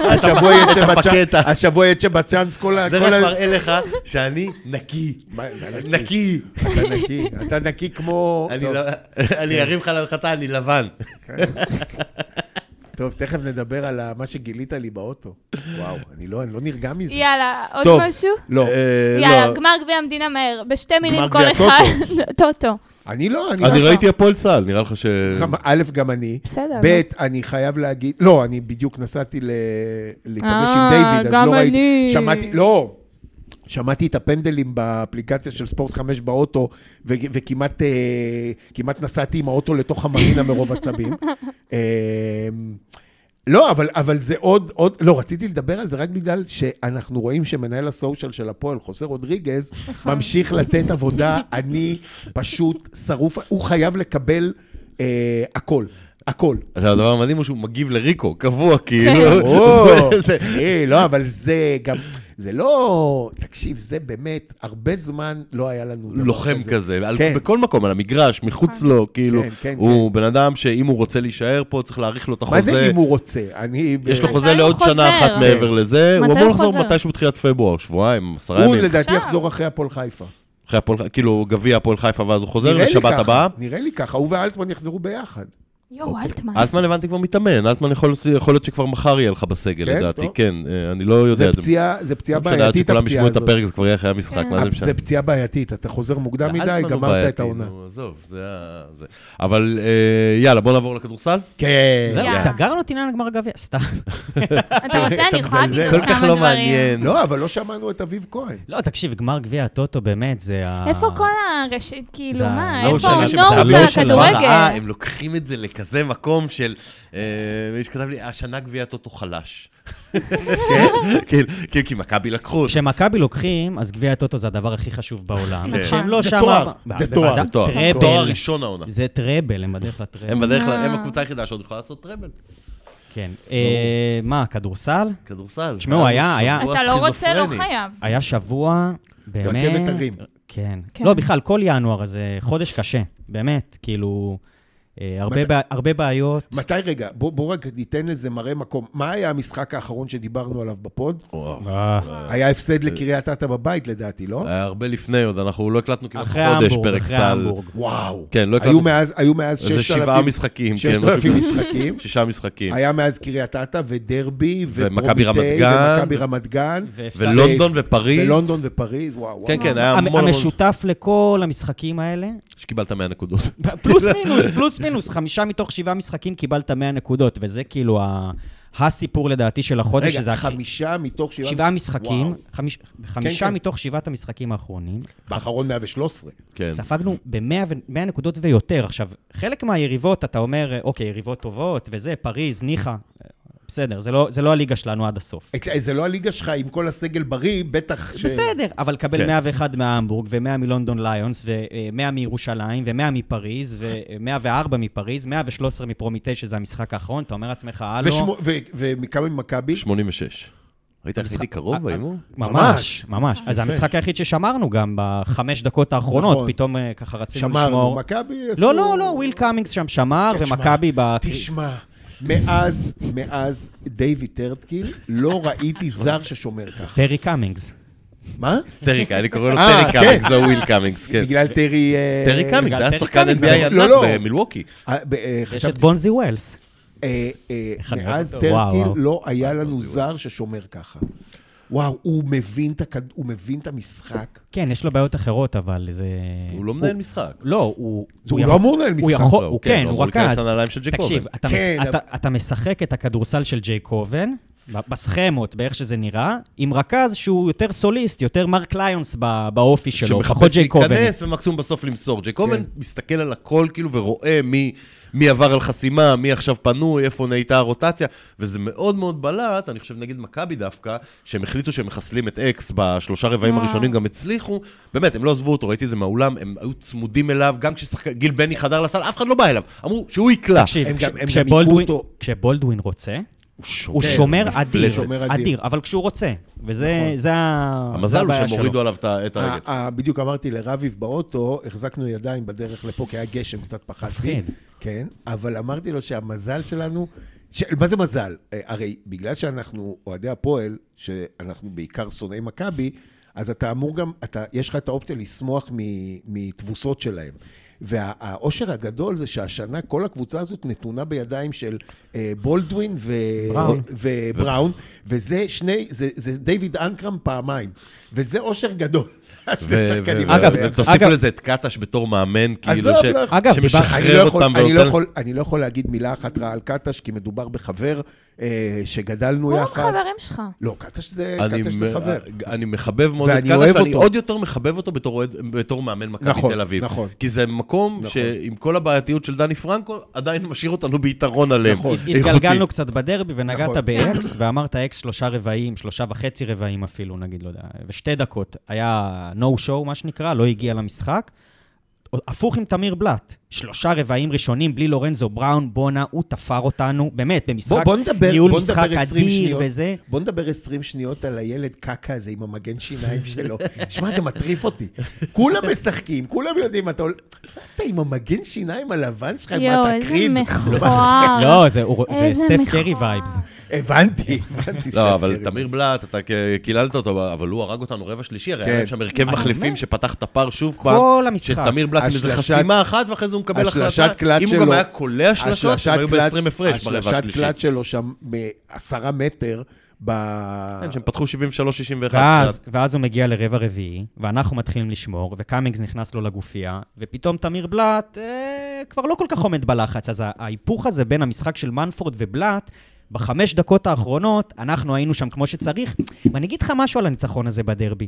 השבוע יצא בצ'אנס כל ה... זה רק מראה לך שאני נקי. נקי. אתה נקי. אתה נקי כמו... אני ארים לך להנחתה, אני לבן. טוב, תכף נדבר על מה שגילית לי באוטו. וואו, אני לא, אני לא נרגע מזה. יאללה, עוד משהו? לא. יאללה, גמר גביע המדינה מהר, בשתי מילים כל אחד. טוטו. אני לא, אני... אני ראיתי הפועל סל, נראה לך ש... א', גם אני. בסדר. ב', אני חייב להגיד... לא, אני בדיוק נסעתי להיפגש עם דיוויד, אז לא ראיתי... שמעתי... לא. שמעתי את הפנדלים באפליקציה של ספורט חמש באוטו, ו- וכמעט כמעט נסעתי עם האוטו לתוך המרינה מרוב עצבים. לא, אבל, אבל זה עוד, עוד, לא, רציתי לדבר על זה רק בגלל שאנחנו רואים שמנהל הסושיאל של הפועל, חוסה רודריגז, ממשיך לתת עבודה, אני פשוט שרוף, הוא חייב לקבל אה, הכל. הכל. עכשיו, הדבר המדהים הוא שהוא מגיב לריקו, קבוע, כאילו. לא, אבל זה גם, זה לא, תקשיב, זה באמת, הרבה זמן לא היה לנו דבר כזה. לוחם כזה, בכל מקום, על המגרש, מחוץ לו, כאילו, הוא בן אדם שאם הוא רוצה להישאר פה, צריך להאריך לו את החוזה. מה זה אם הוא רוצה? יש לו חוזה לעוד שנה אחת מעבר לזה, הוא אמור לחזור מתישהו בתחילת פברואר, שבועיים, עשרה ימים. הוא לדעתי יחזור אחרי הפועל חיפה. אחרי הפועל, כאילו, גביע הפועל חיפה, ואז הוא חוזר לשבת הבאה. נראה לי ככה, הוא ואלטמן יחזרו ביחד. יואו, אלטמן. אלטמן הבנתי כבר מתאמן, אלטמן יכול להיות שכבר מחר יהיה לך בסגל, לדעתי, כן, אני לא יודע. זה פציעה בעייתית, שכולם ישמעו את הפרק, זה כבר יהיה אחרי המשחק, מה זה משנה? זה פציעה בעייתית, אתה חוזר מוקדם מדי, גמרת את העונה. עזוב, זה... אבל יאללה, בוא נעבור לכדורסל. כן. זהו, סגרנו את עניין הגמר הגביע, סתם. אתה רוצה, אני יכולה להגיד עוד כל כמה כך לא דברים. מעניין. לא, אבל לא שמענו את אביב כהן. לא, תקשיב, גמר גביע הטוטו באמת, זה ה... איפה כל הרשת, כאילו, זה מה? הלואו איפה של- הנורץ הלואו על של- הכדורגל? הם לוקחים את זה לכזה מקום של... מי שכתב לי, השנה גביעת אותו חלש. כן, כי מכבי לקחו אותו. כשמכבי לוקחים, אז גביע הטוטו זה הדבר הכי חשוב בעולם. כן. כשהם לא זה שם... תואר, ב- זה בוודא- תואר. זה תואר. טראבל. תואר ראשון העונה. זה טראבל, הם בדרך לטראבל. הם בדרך כלל, אה. הם הקבוצה היחידה שעוד יכולה לעשות טראבל. כן. אה, מה, כדורסל? כדורסל. תשמעו, היה- היה- אתה לא רוצה, לא חייב. היה שבוע, באמת... רכבת הרים. כן. כן. לא, בכלל, כל ינואר, אז זה חודש קשה. באמת, כאילו... אה, הרבה מת- בע- הרבה בעיות. מתי רגע, בוא, בוא רק ניתן לזה מראה מקום. מה היה המשחק האחרון שדיברנו עליו בפוד? אה, היה הפסד לקריית אתא בבית לדעתי, לא? היה הרבה לפני עוד, אנחנו לא הקלטנו כמעט אחרי חודש המבורג, פרק אחרי סל. המבורג. וואו. כן, לא היו הקלטנו. מאז, היו מאז זה ששת שבעה אלפים משחקים. ששת כן, אלפים משהו- משחקים. שישה משחקים. היה מאז קריית אתא ודרבי ומכבי רמת ופרומיטי גן. ומכבי רמת גן. והפסד- ולונדון ופריז. ולונדון ופריז, וואו. כן, וואו. כן, היה המ- המון המון. המשותף לכל המשחקים האלה, שקיבלת מאה נקודות. פלוס מינוס, פלוס מינוס, חמישה מתוך שבעה משחקים קיבלת מאה נקודות, וזה כאילו ה- הסיפור לדעתי של החודש, רגע, שזה הכי- חמישה מתוך שבעה... שבעה משחקים, וואו. חמיש- חמישה כן. מתוך שבעת המשחקים האחרונים, באחרון מאה ושלוש עשרה. כן. ספגנו ב-מאה נקודות ויותר. עכשיו, חלק מהיריבות, אתה אומר, אוקיי, יריבות טובות, וזה, פריז, ניחה, בסדר, זה לא, זה לא הליגה שלנו עד הסוף. זה לא הליגה שלך עם כל הסגל בריא, בטח ש... בסדר, אבל קבל כן. מאה ואחת מהמבורג, ו-מאה מלונדון ליונס, ו-מאה מירושלים, ו-מאה מפריז, ו-מאה וארבע מפריז, מאה ושלוש עשרה מפרומיטי, שזה המשחק האחרון, אתה אומר לעצמך, הלו... ושמו- ו- ומכמה ממכבי? שמונים ושש. ראית איך הייתי קרוב בהימור? ממש, ממש. אז זה המשחק היחיד ששמרנו גם בחמש דקות האחרונות, נכון. פתאום אה, ככה רצינו שמרנו, לשמור. מכבי עשו... לא, לא, לא, וויל קאמינגס שם שמר, כן, שמע, ומכבי ב... תשמע, מאז, מאז דיוויד טרטקיל, לא ראיתי זר ששומר ככה. טרי קאמינגס. מה? טרי, אני קורא לו אה, טרי כן. קאמינגס, לא וויל קאמינגס, כן. בגלל טרי... אה, טרי קאמינגס, זה היה טרי שחקן קאמינגס, אן בי איי לא, ענק לא. במילווקי. אה, ב- אה, יש את חשבתי, בונזי ווילס. אה, אה, איך אני אוהב מאז אותו. וואו, טרטקיל וואו. לא היה לנו זר ששומר ככה. וואו, הוא מבין את הכד- הוא מבין את המשחק. כן, יש לו בעיות אחרות, אבל זה... הוא לא מנהל משחק. לא, הוא... הוא יכול- לא אמור לנהל הוא משחק. יכול, לא, הוא כן, כן, הוא הוא אמור רכז. להיכנס לנעליים של ג'ק תקשיב, קובן. אתה כן, מס- אבל- אתה- אתה משחק את הכדורסל של ג'יי קובן, ב- בסכמות, באיך שזה נראה, עם רכז שהוא יותר סוליסט, יותר מרק ליונס ב- באופי שלו, פחות שמחפש ג'יי קובן. להיכנס ומקסימום בסוף למסור. ג'יי קובן כן. מסתכל על הכל כאילו ורואה מי, מי עבר על חסימה, מי עכשיו פנוי, איפה נהייתה הרוטציה, וזה מאוד מאוד בלט, אני חושב נגיד מכבי דווקא, שהם החליטו שהם מחסלים את אקס בשלושה רבעים וואו. הראשונים, גם הצליחו, באמת, הם לא עזבו אותו, ראיתי את זה מהאולם, הם היו צמודים אליו, גם כשגיל בני חדר לסל, אף אחד לא בא אליו, אמרו שהוא יקלע. תקשיב, הם כש- גם- הם גם כשבולדווין- היכו אותו. כשבולדווין רוצה, הוא שומר, הוא שומר אדיר, שומר אדיר. אדיר, אבל כשהוא רוצה, וזה נכון. זה ה- זה המזל הוא הבעיה שהם שלו. הורידו עליו את ה- את הרגל. ה- ה- בדיוק אמרתי לרביב באוטו, החזקנו ידיים בדרך לפה, כי היה גשם, קצת פחדתי. מפחיד. כן, אבל אמרתי לו שהמזל שלנו, ש... מה זה מזל? אה, הרי בגלל שאנחנו אוהדי הפועל, שאנחנו בעיקר שונאי מכבי, אז אתה אמור גם, אתה, יש לך את האופציה לשמוח מ- מתבוסות שלהם. והאושר הגדול זה שהשנה כל הקבוצה הזאת נתונה בידיים של אה, בולדווין ו... בראון. ובראון, וזה שני, זה, זה דיוויד אנקרם פעמיים, וזה אושר גדול. ותוסיפו לזה את קטש בתור מאמן, כאילו שמשחרר אותם. אני לא יכול להגיד מילה אחת רעה על קטש, כי מדובר בחבר שגדלנו יחד. הוא חברים שלך. לא, קטש זה חבר. אני מחבב מאוד את קטש, ואני עוד יותר מחבב אותו בתור מאמן מכבי תל אביב. כי זה מקום שעם כל הבעייתיות של דני פרנקו, עדיין משאיר אותנו ביתרון עליהם. התגלגלנו קצת בדרבי ונגעת באקס, ואמרת אקס שלושה רבעים, שלושה וחצי רבעים אפילו, נגיד, לא יודע, ושתי דקות. היה no show, מה שנקרא, לא הגיע למשחק. הפוך עם תמיר בלט, שלושה רבעים ראשונים בלי לורנזו בראון, בונה, הוא תפר אותנו, באמת, במשחק, בוא נדבר, ניהול בוא משחק נדבר עשרים אדיר שניות, וזה. בוא נדבר עשרים שניות על הילד קקה הזה עם המגן שיניים שלו. שמע, זה מטריף אותי. כולם משחקים, כולם יודעים, אתה אתה עם המגן שיניים הלבן שלך, מה אתה קריד? איזה מכוער. לא, זה סטף קרי וייבס. הבנתי, הבנתי. לא, אבל תמיר בלט, אתה קיללת אותו, אבל הוא הרג אותנו רבע שלישי, הרי היה שם הרכב מחליפים שפתח את הפר שוב פעם, שתמיר בלט עם איזה חסימה אחת, ואחרי זה הוא מקבל החלטה. אם הוא גם היה קולע שלשות, הם היו ב-עשרים הפרש ברבע השלישי. השלשת קלט שלו שם בעשרה מטר, כן, שהם פתחו שבעים ושלוש שישים ואחת. ואז הוא מגיע לרבע רביעי, ואנחנו מתחילים לשמור, וקאמינגס נכנס לו לגופייה, ופתאום תמיר בלט כבר לא כל כך עומד בלחץ. אז ההיפוך הזה בין המשחק של מנפורד ובלט, בחמש דקות האחרונות, אנחנו היינו שם כמו שצריך. ואני אגיד לך משהו על הניצחון הזה בדרבי.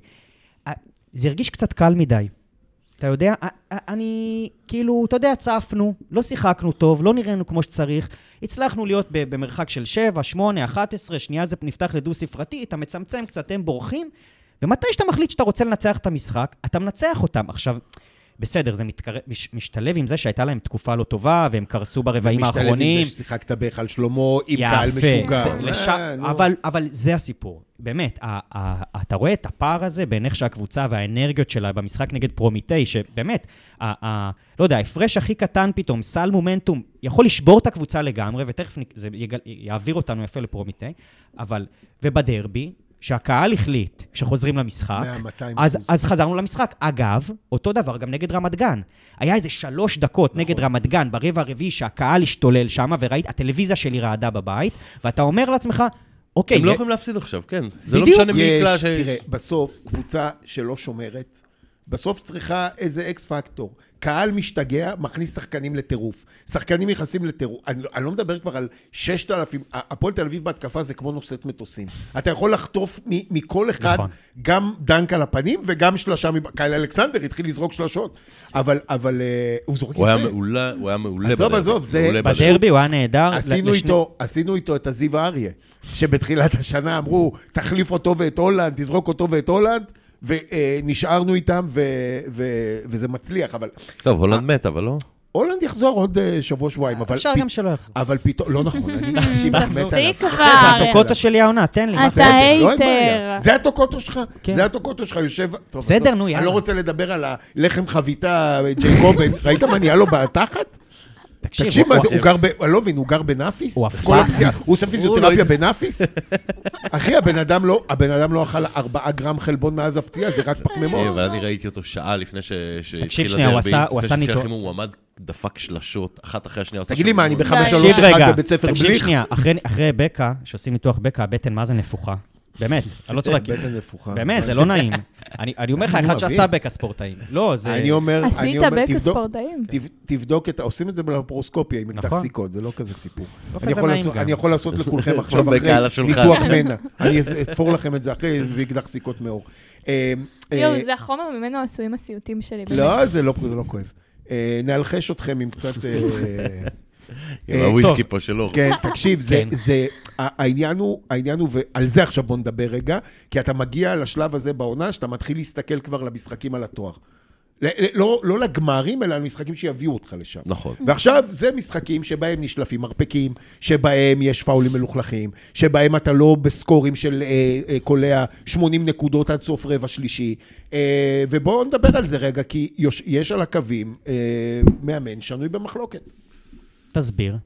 זה הרגיש קצת קל מדי. אתה יודע, אני, כאילו, אתה יודע, צפנו, לא שיחקנו טוב, לא נראינו כמו שצריך, הצלחנו להיות במרחק של שבע, שמונה, אחת עשרה, שנייה זה נפתח לדו ספרתי, אתה מצמצם קצת, הם בורחים, ומתי שאתה מחליט שאתה רוצה לנצח את המשחק, אתה מנצח אותם. עכשיו, בסדר, זה מתקרב, מש, משתלב עם זה שהייתה להם תקופה לא טובה, והם קרסו ברבעים האחרונים. ומשתלב עם זה ששיחקת בהיכל שלמה, עם קהל משוגע. זה, לש... אבל, אבל זה הסיפור. באמת, ה, ה, אתה רואה את הפער הזה בין איך שהקבוצה והאנרגיות שלה במשחק נגד פרומיטי, שבאמת, ה, ה, לא יודע, ההפרש הכי קטן פתאום, סל מומנטום, יכול לשבור את הקבוצה לגמרי, ותכף זה יגל, יעביר אותנו יפה לפרומיטי, אבל, ובדרבי, שהקהל החליט, כשחוזרים למשחק, אז, אז חזרנו למשחק. אגב, אותו דבר גם נגד רמת גן. היה איזה שלוש דקות נכון. נגד רמת גן, ברבע הרביעי שהקהל השתולל שם, וראית, הטלוויזיה שלי רעדה בבית, ואתה אומר לעצמך, אוקיי... הם לא יכולים להפסיד עכשיו, כן. זה לא משנה מי יקלה ש... תראה, בסוף, קבוצה שלא שומרת, בסוף צריכה איזה אקס פקטור. קהל משתגע, מכניס שחקנים לטירוף. שחקנים נכנסים לטירוף. אני, אני לא מדבר כבר על ששת אלפים. הפועל תל אביב בהתקפה זה כמו נושאת מטוסים. אתה יכול לחטוף מ- מכל אחד, נכון. גם דנק על הפנים וגם שלשה. קייל אלכסנדר התחיל לזרוק שלשות. אבל, אבל uh, הוא זורק הוא יפה. היה מעולה, הוא היה מעולה עזוב, בדרבי. עזוב, זה... בדרבי הוא היה נהדר. עשינו, לשני... איתו, עשינו איתו את הזיו האריה, שבתחילת השנה אמרו, תחליף אותו ואת הולנד, תזרוק אותו ואת הולנד, ונשארנו איתם, וזה מצליח, אבל... טוב, הולנד מת, אבל לא? הולנד יחזור עוד שבוע, שבועיים, אבל... אפשר גם שלא יחזור. אבל פתאום... לא נכון, אני תפסיק כבר. זה הטוקוטו שלי העונה, תן לי. אתה הייטר. זה הטוקוטו שלך, זה הטוקוטו שלך, יושב... בסדר, נו, יאללה. אני לא רוצה לדבר על הלחם חביתה, ג'ייקובן, ראית מה נהיה לו בתחת? תקשיב מה זה, הוא גר ב... אני לא מבין, הוא גר בנאפיס? הוא עושה פיזיותרפיה בנאפיס? אחי, הבן אדם לא, הבן אדם לא אכל ארבעה גרם חלבון מאז הפציעה, זה רק פחמימות. אבל אני ראיתי אותו שעה לפני שהתחיל הדרבי. תקשיב שנייה, הוא עשה ניתוח. הוא עמד דפק שלשות, אחת אחרי השנייה. תגיד לי מה, אני בחמש שלוש אחד בבית ספר בליך? תקשיב שנייה, אחרי בקה, שעושים ניתוח בקה, הבטן מה זה נפוחה? באמת, אני לא צוחק. בטן נפוחה. באמת, זה לא נעים. אני אומר לך, אחד שעשה בקה ספורטאים. לא, זה... אני אומר... עשית בקה ספורטאים? תבדוק את... עושים את זה בלפרוסקופיה עם אקדח סיכות, זה לא כזה סיפור. לא כזה נעים גם. אני יכול לעשות לכולכם עכשיו אחרי ניתוח מנע. אני אתפור לכם את זה אחרי ואקדח סיכות מאור. יואו, זה החומר ממנו עשויים הסיוטים שלי. לא, זה לא כואב. נאלחש אתכם עם קצת... עם הוויסקי פה שלו. כן, תקשיב, זה, העניין הוא, העניין הוא, ועל זה עכשיו בוא נדבר רגע, כי אתה מגיע לשלב הזה בעונה, שאתה מתחיל להסתכל כבר למשחקים על התואר. לא, לא לגמרים, אלא למשחקים שיביאו אותך לשם. נכון. ועכשיו זה משחקים שבהם נשלפים מרפקים, שבהם יש פאולים מלוכלכים, שבהם אתה לא בסקורים של אה, אה, קולע שמונים נקודות עד סוף רבע שלישי. אה, ובואו נדבר על זה רגע, כי יש, יש על הקווים אה, מאמן שנוי במחלוקת. תסביר.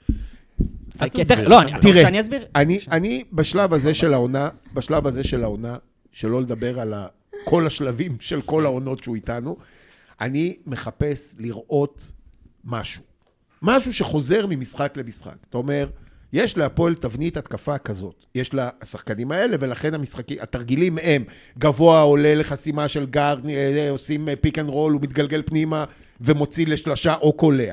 לא, תראה, אני אסביר. אני בשלב הזה של העונה, בשלב הזה של העונה, שלא לדבר על כל השלבים של כל העונות שהוא איתנו, אני מחפש לראות משהו. משהו שחוזר ממשחק למשחק. אתה אומר, יש להפועל תבנית התקפה כזאת. יש לה השחקנים האלה, ולכן המשחקים, התרגילים הם גבוה עולה לחסימה של גארד, עושים פיק אנד רול, הוא מתגלגל פנימה ומוציא לשלושה או קולע.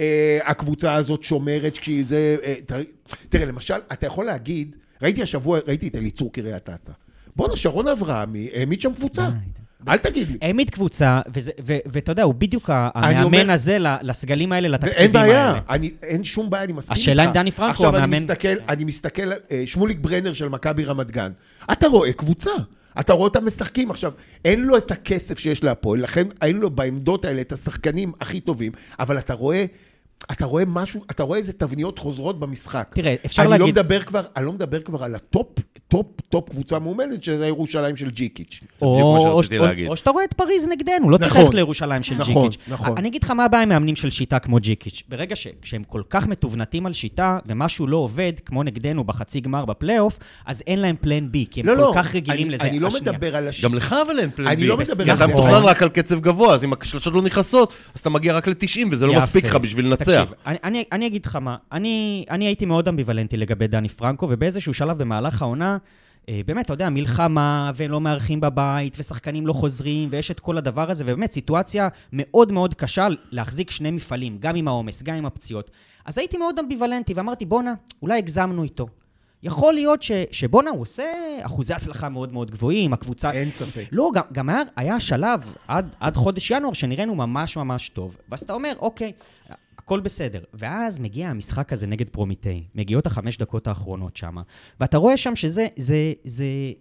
הקבוצה הזאת שומרת כשזה... תראה, למשל, אתה יכול להגיד, ראיתי השבוע, ראיתי את אליצור קריית אתא. בוא'נה, שרון אברהמי, העמיד שם קבוצה. אל תגיד לי. העמיד קבוצה, ואתה יודע, הוא בדיוק המאמן הזה לסגלים האלה, לתקציבים האלה. אין בעיה, אין שום בעיה, אני מסכים איתך. השאלה עם דני פרנקו, המאמן... עכשיו אני מסתכל, שמוליק ברנר של מכבי רמת גן, אתה רואה קבוצה, אתה רואה אותם משחקים. עכשיו, אין לו את הכסף שיש להפועל, לכן אין לו בעמדות האלה את השחקנים הכי טובים, אבל אתה רואה... אתה רואה משהו, אתה רואה איזה תבניות חוזרות במשחק. תראה, אפשר אני להגיד... לא מדבר כבר, אני לא מדבר כבר על הטופ, טופ, טופ קבוצה מאומנת, שזה ירושלים של ג'יקיץ'. או, או, או, או שאתה רואה את פריז נגדנו, לא צריך נכון, ללכת לירושלים של נכון, ג'יקיץ'. נכון. אני אגיד לך מה הבעיה עם מאמנים של שיטה כמו ג'יקיץ'. ברגע שהם כל כך מתובנתים על שיטה, ומשהו לא עובד, כמו נגדנו בחצי גמר בפלייאוף, אז אין להם פלן בי, כי הם לא, כל לא, כך רגילים אני, לזה. אני לא השנייה. מדבר על השיטה. גם לך אבל אין פלן אני בי. לא מדבר כי על אתה זה. מתוכנן רק על קצב גבוה, אז אם הקשלשות לא נכנסות, אז אתה מגיע רק ל-תשעים, וזה לא יפה. מספיק לך בשביל לנצח. תקשיב, אני, אני, אני אגיד לך מה, אני, אני הייתי מאוד אמביוולנטי לגבי דני פרנקו, ובאיזשהו שלב במהלך העונה, אה, באמת, אתה יודע, מלחמה, והם לא מארחים בבית, ושחקנים לא חוזרים, ויש את כל הדבר הזה, ובאמת סיטואציה מאוד מאוד קשה להחזיק שני מפעלים, גם עם העומס, גם עם הפציעות. אז הייתי מאוד אמביוולנטי, ואמרתי, בונה, אולי הגזמנו איתו. יכול להיות ש, שבונה הוא עושה אחוזי הצלחה מאוד מאוד גבוהים, הקבוצה... אין ספק. לא, גם, גם היה, היה שלב עד, עד חודש ינואר שנראינו ממש ממש טוב. ואז אתה אומר, אוקיי, הכל בסדר. ואז מגיע המשחק הזה נגד פרומיטי, מגיעות החמש דקות האחרונות שם, ואתה רואה שם שזה, זה, זה,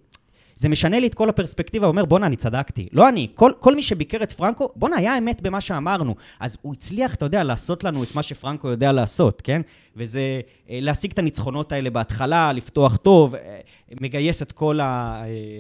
זה משנה לי את כל הפרספקטיבה, הוא אומר, בונה, אני צדקתי. לא אני, כל, כל מי שביקר את פרנקו, בונה, היה אמת במה שאמרנו. אז הוא הצליח, אתה יודע, לעשות לנו את מה שפרנקו יודע לעשות, כן? וזה להשיג את הניצחונות האלה בהתחלה, לפתוח טוב, מגייס את כל ה...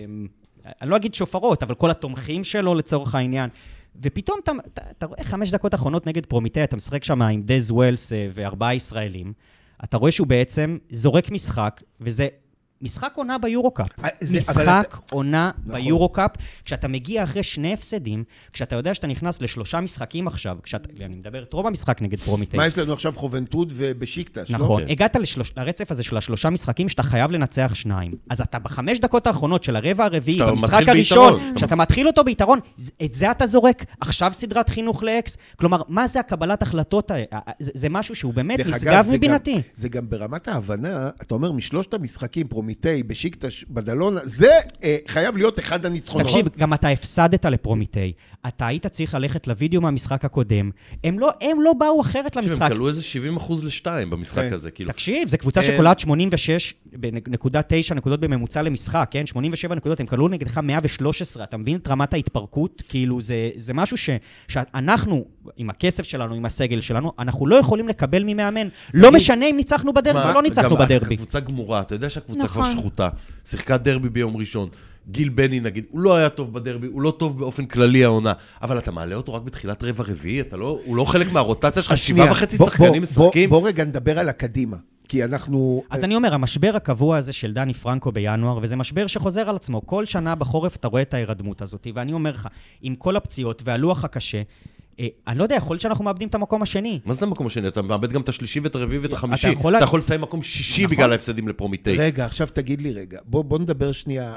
אני לא אגיד שופרות, אבל כל התומכים שלו לצורך העניין. ופתאום אתה, אתה, אתה רואה חמש דקות האחרונות נגד פרומיטי, אתה משחק שם עם דז ווילס וארבעה ישראלים, אתה רואה שהוא בעצם זורק משחק, וזה משחק עונה ביורוקאפ. זה, משחק אתה... עונה נכון. ביורוקאפ, כשאתה מגיע אחרי שני הפסדים, כשאתה יודע שאתה נכנס לשלושה משחקים עכשיו, כשאתה, אני מדבר את רוב המשחק נגד פרומיטי. מה יש לנו עכשיו חובנטוד ובשיקטש? נכון, לא? הגעת לשלוש, לרצף הזה של השלושה משחקים שאתה חייב לנצח שניים. אז אתה בחמש דקות האחרונות של הרבע הרביעי, במשחק הראשון, כשאתה מתחיל אותו ביתרון, את זה אתה זורק, עכשיו סדרת חינוך לאקס, כלומר, מה זה הקבלת החלטות? זה, זה משהו שהוא באמת נשגב מבינתי. גם, זה גם ברמת ההבנה, אתה אומר, משלושת המשחקים, פרומיטי, בשיקטש, בדלונה, זה אה, חייב להיות אחד הניצחונות. תקשיב, גם אתה הפסדת לפרומיטי. אתה היית צריך ללכת לוידאו מהמשחק הקודם. הם לא, הם לא באו אחרת למשחק. הם קלו איזה שבעים אחוז לשתיים במשחק הזה, כאילו. תקשיב, זו קבוצה שקולעת שמונים ושש נקודה תשע נקודות בממוצע למשחק, כן? שמונים ושבע נקודות, הם קלו נגדך מאה ושלוש עשרה. אתה מבין את רמת ההתפרקות? כאילו, זה, זה משהו ש, שאנחנו, עם הכסף שלנו, עם הסגל שלנו, אנחנו לא יכולים לקבל ממאמן. לא משנה אם ניצחנו בדרבי או לא ניצחנו בדרבי. קבוצה גמורה, אתה יודע שהקבוצה כבר שחוטה. שיחקה דרבי ביום ראשון. גיל בני נגיד, הוא לא היה טוב בדרבי, הוא לא טוב באופן כללי העונה, אבל אתה מעלה אותו רק בתחילת רבע רביעי, אתה לא, הוא לא חלק מהרוטציה שלך, שבעה וחצי שחקנים משחקים. בוא רגע נדבר על הקדימה, כי אנחנו... אז אני אומר, המשבר הקבוע הזה של דני פרנקו בינואר, וזה משבר שחוזר על עצמו, כל שנה בחורף אתה רואה את ההירדמות הזאת, ואני אומר לך, עם כל הפציעות והלוח הקשה, אני לא יודע, יכול להיות שאנחנו מאבדים את המקום השני. מה זה המקום השני? אתה מאבד גם את השלישי ואת הרביעי ואת החמישי. אתה יכול לסיים מקום שישי בגלל ההפסדים לפרומיטי. רגע, עכשיו תגיד לי רגע. בוא נדבר שנייה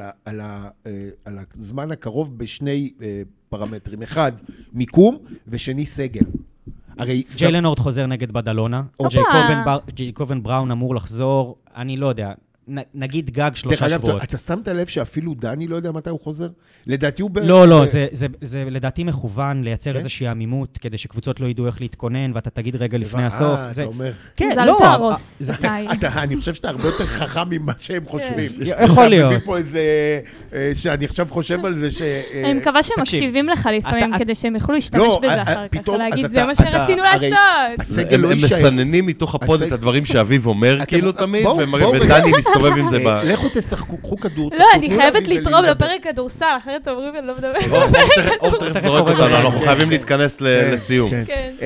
על הזמן הקרוב בשני פרמטרים. אחד, מיקום, ושני סגל. ג'יילן הורד חוזר נגד בדלונה. ג'ייקובן בראון אמור לחזור. אני לא יודע. נגיד גג שלושה שבועות. אתה שמת לב שאפילו דני לא יודע מתי הוא חוזר? לדעתי הוא... לא, לא, זה לדעתי מכוון לייצר איזושהי עמימות, כדי שקבוצות לא ידעו איך להתכונן, ואתה תגיד רגע לפני הסוף. אה, אתה אומר. כן, לא. זה אל תהרוס. אני חושב שאתה הרבה יותר חכם ממה שהם חושבים. יכול להיות. אתה מביא פה איזה... שאני עכשיו חושב על זה ש... אני מקווה שהם מקשיבים לך לפעמים, כדי שהם יוכלו להשתמש בזה אחר כך, ולהגיד, זה מה שרצינו לעשות. הם מסננים מתוך הפוד את הדברים שאביב אומר, כאילו תמיד, ודני מסתובב עם זה ב... לכו תשחקו, קחו כדור. לא, אני חייבת לתרום לפרק כדורסל, אחרת אומרים, אני לא מדבר. אור תכף זורק אותנו, אנחנו חייבים להתכנס לסיום. כן.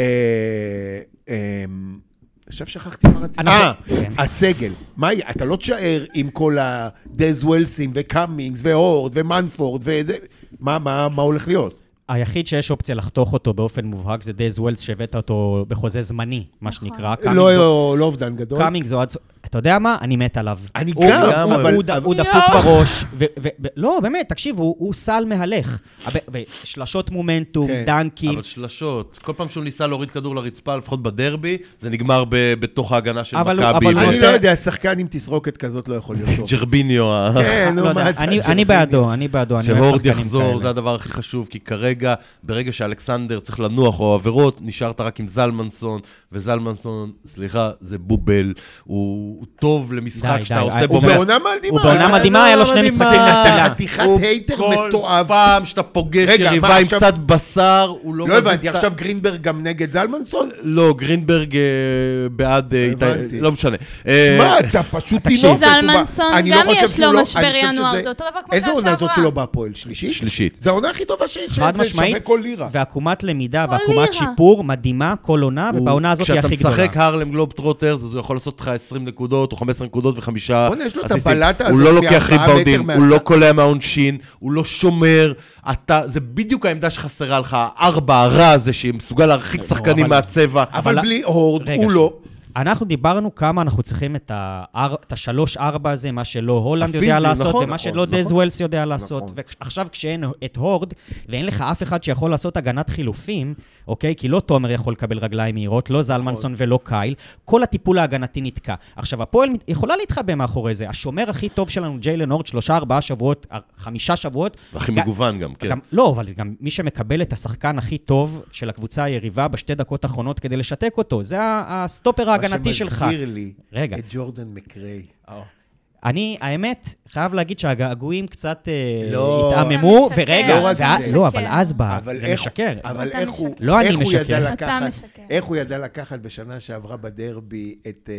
עכשיו שכחתי מה רציתי. אה, הסגל. מה, אתה לא תשאר עם כל הדז ווילסים וקאמינגס והורד ומנפורד וזה, מה הולך להיות? היחיד שיש אופציה לחתוך אותו באופן מובהק זה דייז ווילס שהבאת אותו בחוזה זמני, מה שנקרא. לא, לא אובדן גדול. קאמינג זו עד... אתה יודע מה? אני מת עליו. אני גם, אבל... הוא דפוק בראש. לא, באמת, תקשיב, הוא סל מהלך. ושלשות מומנטום, דנקים. אבל שלשות. כל פעם שהוא ניסה להוריד כדור לרצפה, לפחות בדרבי, זה נגמר בתוך ההגנה של מכבי. אני לא יודע, שחקן עם תסרוקת כזאת לא יכול להיות טוב. ג'רביניו. כן, נו, מה אתה... אני בעדו, אני בעדו. שהורד יחזור, זה הדבר הכי חשוב, כי כרגע, ברגע שאלכסנדר צריך לנוח או עבירות, נשארת רק עם זלמנסון, וזלמנסון, סליחה, זה בובל, הוא טוב למשחק שאתה עושה בו... הוא בעונה מדהימה. הוא בעונה מדהימה, היה לו שני משחקים נקטלה. חתיכת הייטר מתועב. כל פעם שאתה פוגש יריבה עם קצת בשר, הוא לא... לא הבנתי, עכשיו גרינברג גם נגד זלמנסון? לא, גרינברג בעד... לא משנה. שמע, אתה פשוט תינופת. זלמנסון גם יש לו משבר ינואר, זה אותו דבר כמו איזה עונה זאת שלו בהפועל? שלישית? שלישית. זה העונה הכי טובה שיש, זה שווה כל לירה. ועקומת למידה ועקומת שיפור מדהימה כל עונה, ובעונה הזאת היא הכי גדולה. כשאתה משחק הרלם גלוב טרוטרס, אז הוא יכול לעשות לך עשרים נקודות או חמש עשרה נקודות וחמישה אסיסטים. הוא לא לוקח ריבאונדים, הוא לא קולע מהעונשין, הוא לא שומר. זה בדיוק העמדה שחסרה לך, הארבע הרע הזה שמסוגל להרחיק שחקנים מהצבע. אבל בלי הורד, הוא לא... אנחנו דיברנו כמה אנחנו צריכים את השלוש ארבע הזה, מה שלא הולנד יודע לעשות, ומה שלא דייז ווילס יודע לעשות. ועכשיו כשאין את הורד, ואין לך אף אחד שיכול לעשות הגנת חילופים, אוקיי? כי לא תומר יכול לקבל רגליים מהירות, לא זלמנסון ולא קייל, כל הטיפול ההגנתי נתקע. עכשיו, הפועל יכולה להתחבא מאחורי זה. השומר הכי טוב שלנו, ג'יילן הורד, שלושה, ארבעה שבועות, חמישה שבועות. הכי מגוון גם, כן. לא, אבל גם מי שמקבל את השחקן הכי טוב של הקבוצה היריבה בשתי דקות האחרונות כדי לשתק אותו. זה הסטופר ההגנתי שלך. מה שמזכיר לי רגע. את ג'ורדן מקריי. אני, האמת, חייב להגיד שהגעגועים קצת התעממו, ורגע, לא, אבל אז בא, זה משקר. אבל איך הוא, לא אני משקר. איך הוא ידע לקחת בשנה שעברה בדרבי את,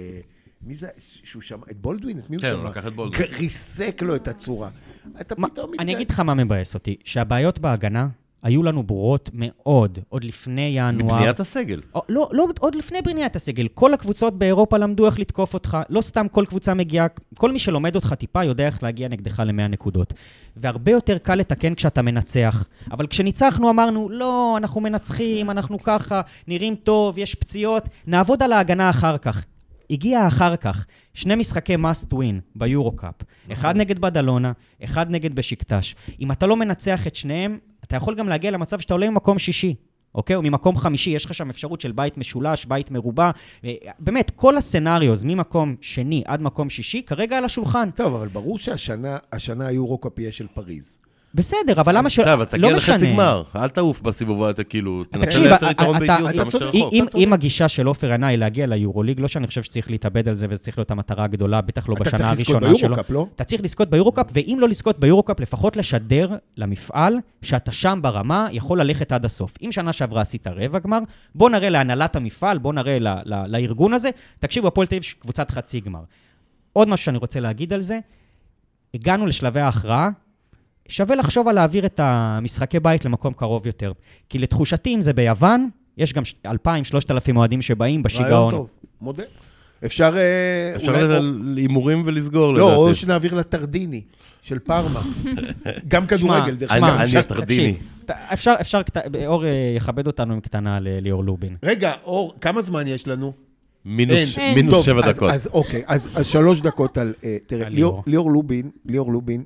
מי זה, שהוא שמע, את בולדווין, את מי הוא שמע? כן, הוא לקח את בולדווין. ריסק לו את הצורה. אתה פתאום... אני אגיד לך מה מבאס אותי, שהבעיות בהגנה, היו לנו ברורות מאוד, עוד לפני ינואר. מבניית הסגל. לא, לא, עוד לפני בניית הסגל. כל הקבוצות באירופה למדו איך לתקוף אותך, לא סתם כל קבוצה מגיעה, כל מי שלומד אותך טיפה יודע איך להגיע נגדך ל-מאה נקודות. והרבה יותר קל לתקן כשאתה מנצח. אבל כשניצחנו אמרנו, לא, אנחנו מנצחים, אנחנו ככה, נראים טוב, יש פציעות, נעבוד על ההגנה אחר כך. הגיע אחר כך שני משחקי must win ביורוקאפ. אחד נגד בדלונה, אחד נגד בשקטש. אם אתה לא מנצח את שניהם, אתה יכול גם להגיע למצב שאתה עולה ממקום שישי, אוקיי? או ממקום חמישי, יש לך שם אפשרות של בית משולש, בית מרובע. באמת, כל הסצנריוז ממקום שני עד מקום שישי, כרגע על השולחן. טוב, אבל ברור שהשנה, השנה היורוקאפ יהיה של פריז. בסדר, אבל למה ש... לא משנה. תגיע לחצי גמר, אל תעוף בסיבוב, אתה כאילו, תנסה לייצר יתרון בידיעות, אתה משתר רחוק. אם הגישה של אופר עיניי להגיע ליורוליג, לא שאני חושב שצריך להתאבד על זה, וזה צריך להיות המטרה הגדולה, בטח לא בשנה הראשונה שלו. אתה צריך לזכות ביורוקאפ, ואם לא לזכות ביורוקאפ, לפחות לשדר למפעל, שאתה שם ברמה, יכול ללכת עד הסוף. אם שנה שעברה עשית רבע גמר, בוא נראה להנהלת המפעל, בוא נראה לארגון הזה. תקשיבו, הפועל תל אביב קבוצת חצי גמר. עוד משהו שאני רוצה להגיד על זה, הגענו לשלבי ההכרעה, שווה לחשוב על להעביר את המשחקי בית למקום קרוב יותר. כי לתחושתי, אם זה ביוון, יש גם אלפיים שלושת אלפים אוהדים שבאים בשיגעון. רעיון טוב, מודה. אפשר... אפשר להימורים ולסגור, לדעתי. לא, או שנעביר לטרדיני של פארמה. גם כדורגל, דרך אגב. אני הטרדיני. אפשר, אור יכבד אותנו עם קטנה ליאור לובין. רגע, אור, כמה זמן יש לנו? מינוס שבע דקות. אז אוקיי, אז שלוש דקות על... תראה, ליאור לובין, ליאור לובין...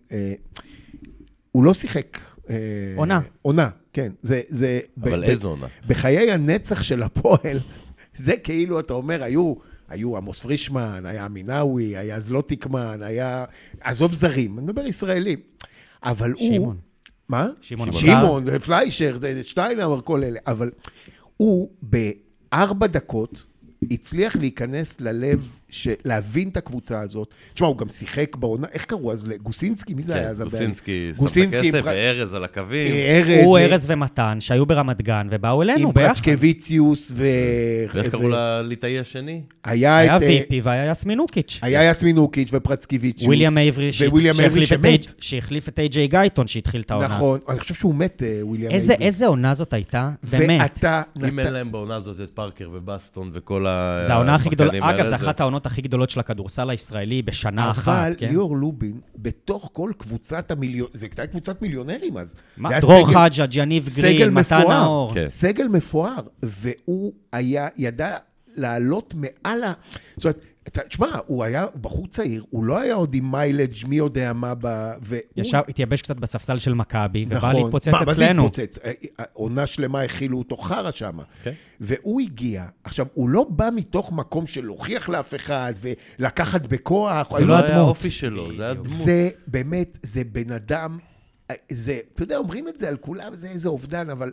הוא לא שיחק. עונה. עונה, כן. זה, זה, אבל איזו עונה? בחיי הנצח של הפועל, זה כאילו, אתה אומר, היו, היו עמוס פרישמן, היה מינאווי, היה זלוטיקמן, היה, עזוב זרים, אני מדבר ישראלים. אבל הוא... שימון. מה? שימון. שימון, פליישר, שטיינאמר, כל אלה. אבל הוא בארבע דקות, הצליח להיכנס ללב, להבין את הקבוצה הזאת. תשמע, הוא גם שיחק בעונה, איך קראו אז? גוסינסקי? מי זה היה? גוסינסקי, גוסינסקי, שם את הכסף, וארז על הקווים. הוא ארז ומתן, שהיו ברמת גן, ובאו אלינו עם פרצ'קוויציוס ו... ואיך קראו לליטאי השני? היה ויפי והיה יסמינוקיץ'. היה יסמינוקיץ' ופרצ'קוויציוס. וויליאם אייברי, שהחליף את איי-ג'יי גייטון, שהתחיל את העונה. נכון, אני חושב שהוא מת, וויליאם אייברי. איזה עונה זאת הייתה? באמת. אם אין להם בעונה הזאת את פארקר ובסטון וכל השחקנים האלה. זה העונה הכי גדולה, אגב, זה אחת העונות הכי גדולות של הכדורסל הישראלי בשנה אחת. אבל ליאור לובין, בתוך כל קבוצת המיליון, זה הייתה קבוצת מיליונרים אז. דרור חג'אג', יניב גרין, מתן נאור. סגל מפואר, והוא היה, ידע לעלות מעל ה... זאת אומרת, תשמע, הוא היה בחור צעיר, הוא לא היה עוד עם מיילג' מי יודע מה ב... ישב, התייבש קצת בספסל של מכבי, ובא נכון. להתפוצץ מה, אצלנו. מה זה התפוצץ? עונה שלמה הכילו אותו חרה שם. Okay. והוא הגיע. עכשיו, הוא לא בא מתוך מקום של להוכיח לאף אחד, ולקחת בכוח. זה לא היה האופי שלו, זה היה דמות. זה באמת, זה בן אדם, זה, אתה יודע, אומרים את זה על כולם, זה איזה אובדן, אבל...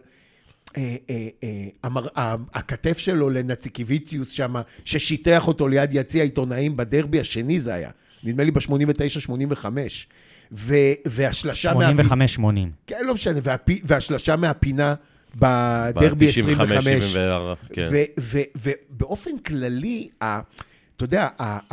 הכתף שלו לנציקיביציוס שם, ששיטח אותו ליד יציע העיתונאים בדרבי השני זה היה, נדמה לי ב-שמונים ותשע שמונים וחמש, והשלשה... שמונים וחמש שמונים. כן, לא משנה, והשלשה מהפינה בדרבי עשרים וחמש. ובאופן כללי, אתה יודע,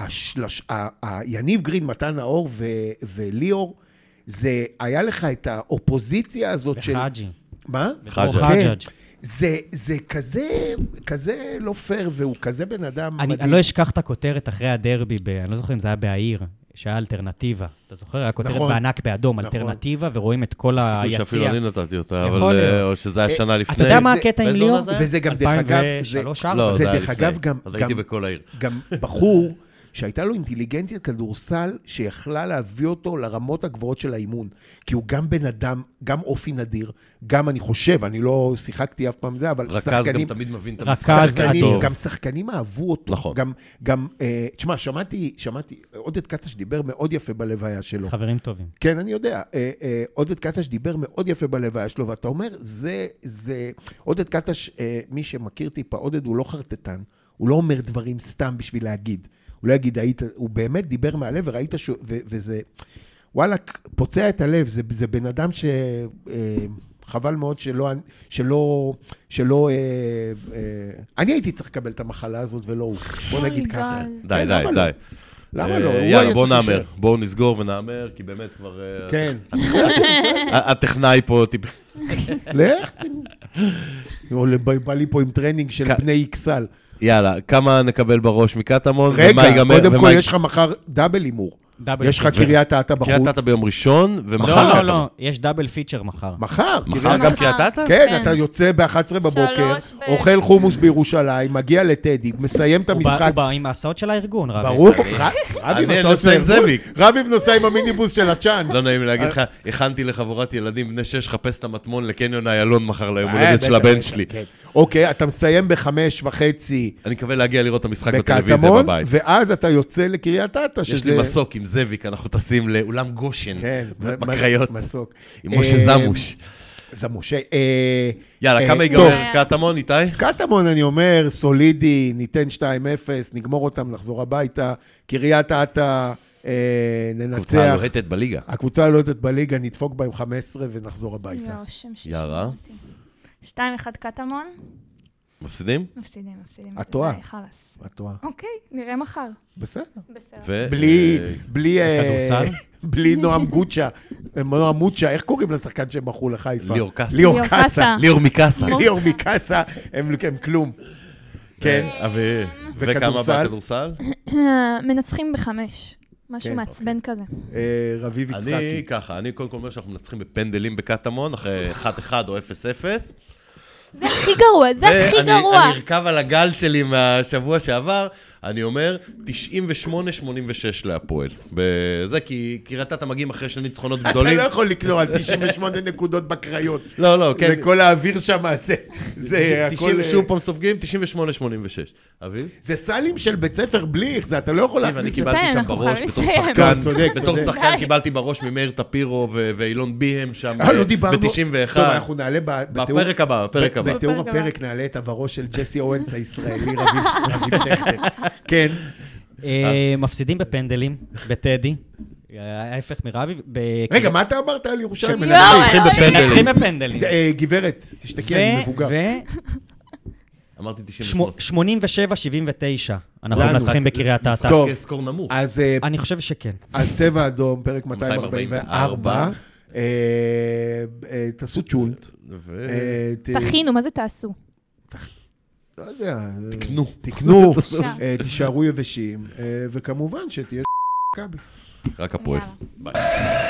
יניב גרין, מתן נאור וליאור, זה היה לך את האופוזיציה הזאת של... וחג'י. מה? חג'אג'. זה, זה כזה, כזה לא פייר, והוא כזה בן אדם מדהים. אני לא אשכח את הכותרת אחרי הדרבי, אני לא זוכר אם זה היה בעיר, שהיה אלטרנטיבה. אתה זוכר? היה כותרת בענק באדום, אלטרנטיבה, ורואים את כל היציע. סיכוי שאפילו אני נתתי אותה, אבל או שזה היה שנה לפני. אתה יודע מה הקטע עם ליאור? וזה גם דרך אגב, זה דרך אגב גם, אז הייתי בכל העיר. גם בחור, שהייתה לו אינטליגנציית כדורסל שיכלה להביא אותו לרמות הגבוהות של האימון. כי הוא גם בן אדם, גם אופי נדיר, גם אני חושב, אני לא שיחקתי אף פעם זה, אבל רכז שחקנים... רכז גם תמיד מבין את רכז שחקנים, גם שחקנים אהבו אותו. נכון. גם, גם, אה, תשמע, שמעתי, שמעתי, עודד קטש דיבר מאוד יפה בלוויה שלו. חברים טובים. כן, אני יודע. אה, אה, עודד קטש דיבר מאוד יפה בלוויה שלו, ואתה אומר, זה, זה... עודד קטש, אה, מי שמכיר טיפה, עודד הוא לא חרטטן, הוא לא אומר דברים סתם בשביל להגיד. הוא לא יגיד, היית, הוא באמת דיבר מהלב, וראית ש... ו, וזה, וואלה, פוצע את הלב, זה, זה בן אדם ש... חבל מאוד שלא, שלא, שלא, אה, אה, אני הייתי צריך לקבל את המחלה הזאת ולא הוא. בוא נגיד ככה. די, די, די. למה לא? יאללה, בואו נאמר. בואו נסגור ונאמר, כי באמת כבר... כן. הטכנאי פה טיפ... לך? בא לי פה עם טרנינג של בני איקסל. יאללה, כמה נקבל בראש מקטמון? רגע, קודם כל יש לך מחר דאבל אימור. יש לך קריית אתא בחוץ. קריית אתא ביום ראשון, ומחר... לא, לא, לא, יש דאבל פיצ'ר מחר. מחר? מחר גם קריית אתא? כן, אתה יוצא ב-אחת עשרה בבוקר, אוכל חומוס בירושלים, מגיע לטדי, מסיים את המשחק. הוא בא עם הסעות של הארגון, רביב. ברור, רביב נוסע עם זאביק. רביב נוסע עם המיניבוס של הצ'אנס. לא נעים לי להגיד לך, הכנתי לחבורת ילדים בני שש חפש את המטמון לקניון איילון מחר ליום הולדת של הבן שלי. אוקיי, אתה מסיים בחמש וחצי. אני מקווה להגיע לראות את המשחק בטלוויזיה בבית. ואז אתה יוצא לקריית אתא, שזה... יש לי מסוק עם זאביק, אנחנו טסים לאולם גושן, כן, בקריות, מסוק. עם משה זמוש. זמוש. יאללה, כמה ייגמר קטמון, איתי? קטמון, אני אומר, סולידי, ניתן שתיים אפס, נגמור אותם, נחזור הביתה, קריית אתא, ננצח. קבוצה לוהטת בליגה. הקבוצה לוהטת בליגה, נדפוק בה עם חמש עשרה ונחזור הביתה. יאללה. שתיים אחד קטמון. מפסידים? מפסידים, מפסידים. את טועה. חלס. את טועה. אוקיי, נראה מחר. בסדר. בסדר. בלי, בלי, כדורסל? בלי נועם גוצ'ה. נועם מוצ'ה, איך קוראים לשחקן שהם מכרו לחיפה? ליאור קאסה. ליאור קאסה. ליאור מקאסה. ליאור מקאסה, הם כלום. כן. וכמה בכדורסל? מנצחים בחמש. משהו מעצבן כזה. רביב יצחקי. אני ככה, אני קודם כל אומר שאנחנו מנצחים בפנדלים בקטמון, אחרי אחת אחת או אפס אפס. זה הכי גרוע, זה הכי גרוע. אני ארכב על הגל שלי מהשבוע שעבר, אני אומר, תשעים ושמונה שמונים ושש להפועל. זה כי קריית אתא מגיעים אחרי שני ניצחונות גדולים. אתה לא יכול לקלור על תשעים ושמונה נקודות בקריות. לא, לא, כן. זה כל האוויר שם, זה הכל... שוב פעם סופגים, תשעים ושמונה שמונים ושש. אביב? זה סלים של בית ספר בליך, זה אתה לא יכול להכניס... אני קיבלתי שם בראש, בתור שחקן, בתור שחקן קיבלתי בראש ממאיר טפירו ואילון ביהם שם ב-תשעים ואחת. טוב, אנחנו נעלה בפרק הבא, בפרק הבא. בתיאור הפרק נעלה את עברו של ג'סי אורנס הישראלי, רביב שכטר. כן. מפסידים בפנדלים, בטדי. ההפך מרביב. רגע, מה אתה אמרת על ירושלים? מנצחים בפנדלים. גברת, תשתקי, אני מבוגר. אמרתי תשעים ושמונה. שמונים ושבע שבעים ותשע. אנחנו מנצחים בקריית אתא. טוב. סקור נמוך. אני חושב שכן. אז צבע אדום, פרק מאתיים ארבעים וארבע. תעשו צ'ולט. תכינו, מה זה תעשו? לא יודע. תקנו. תקנו, תישארו יבשים, וכמובן שתהיה מכבי. רק הפועל. ביי.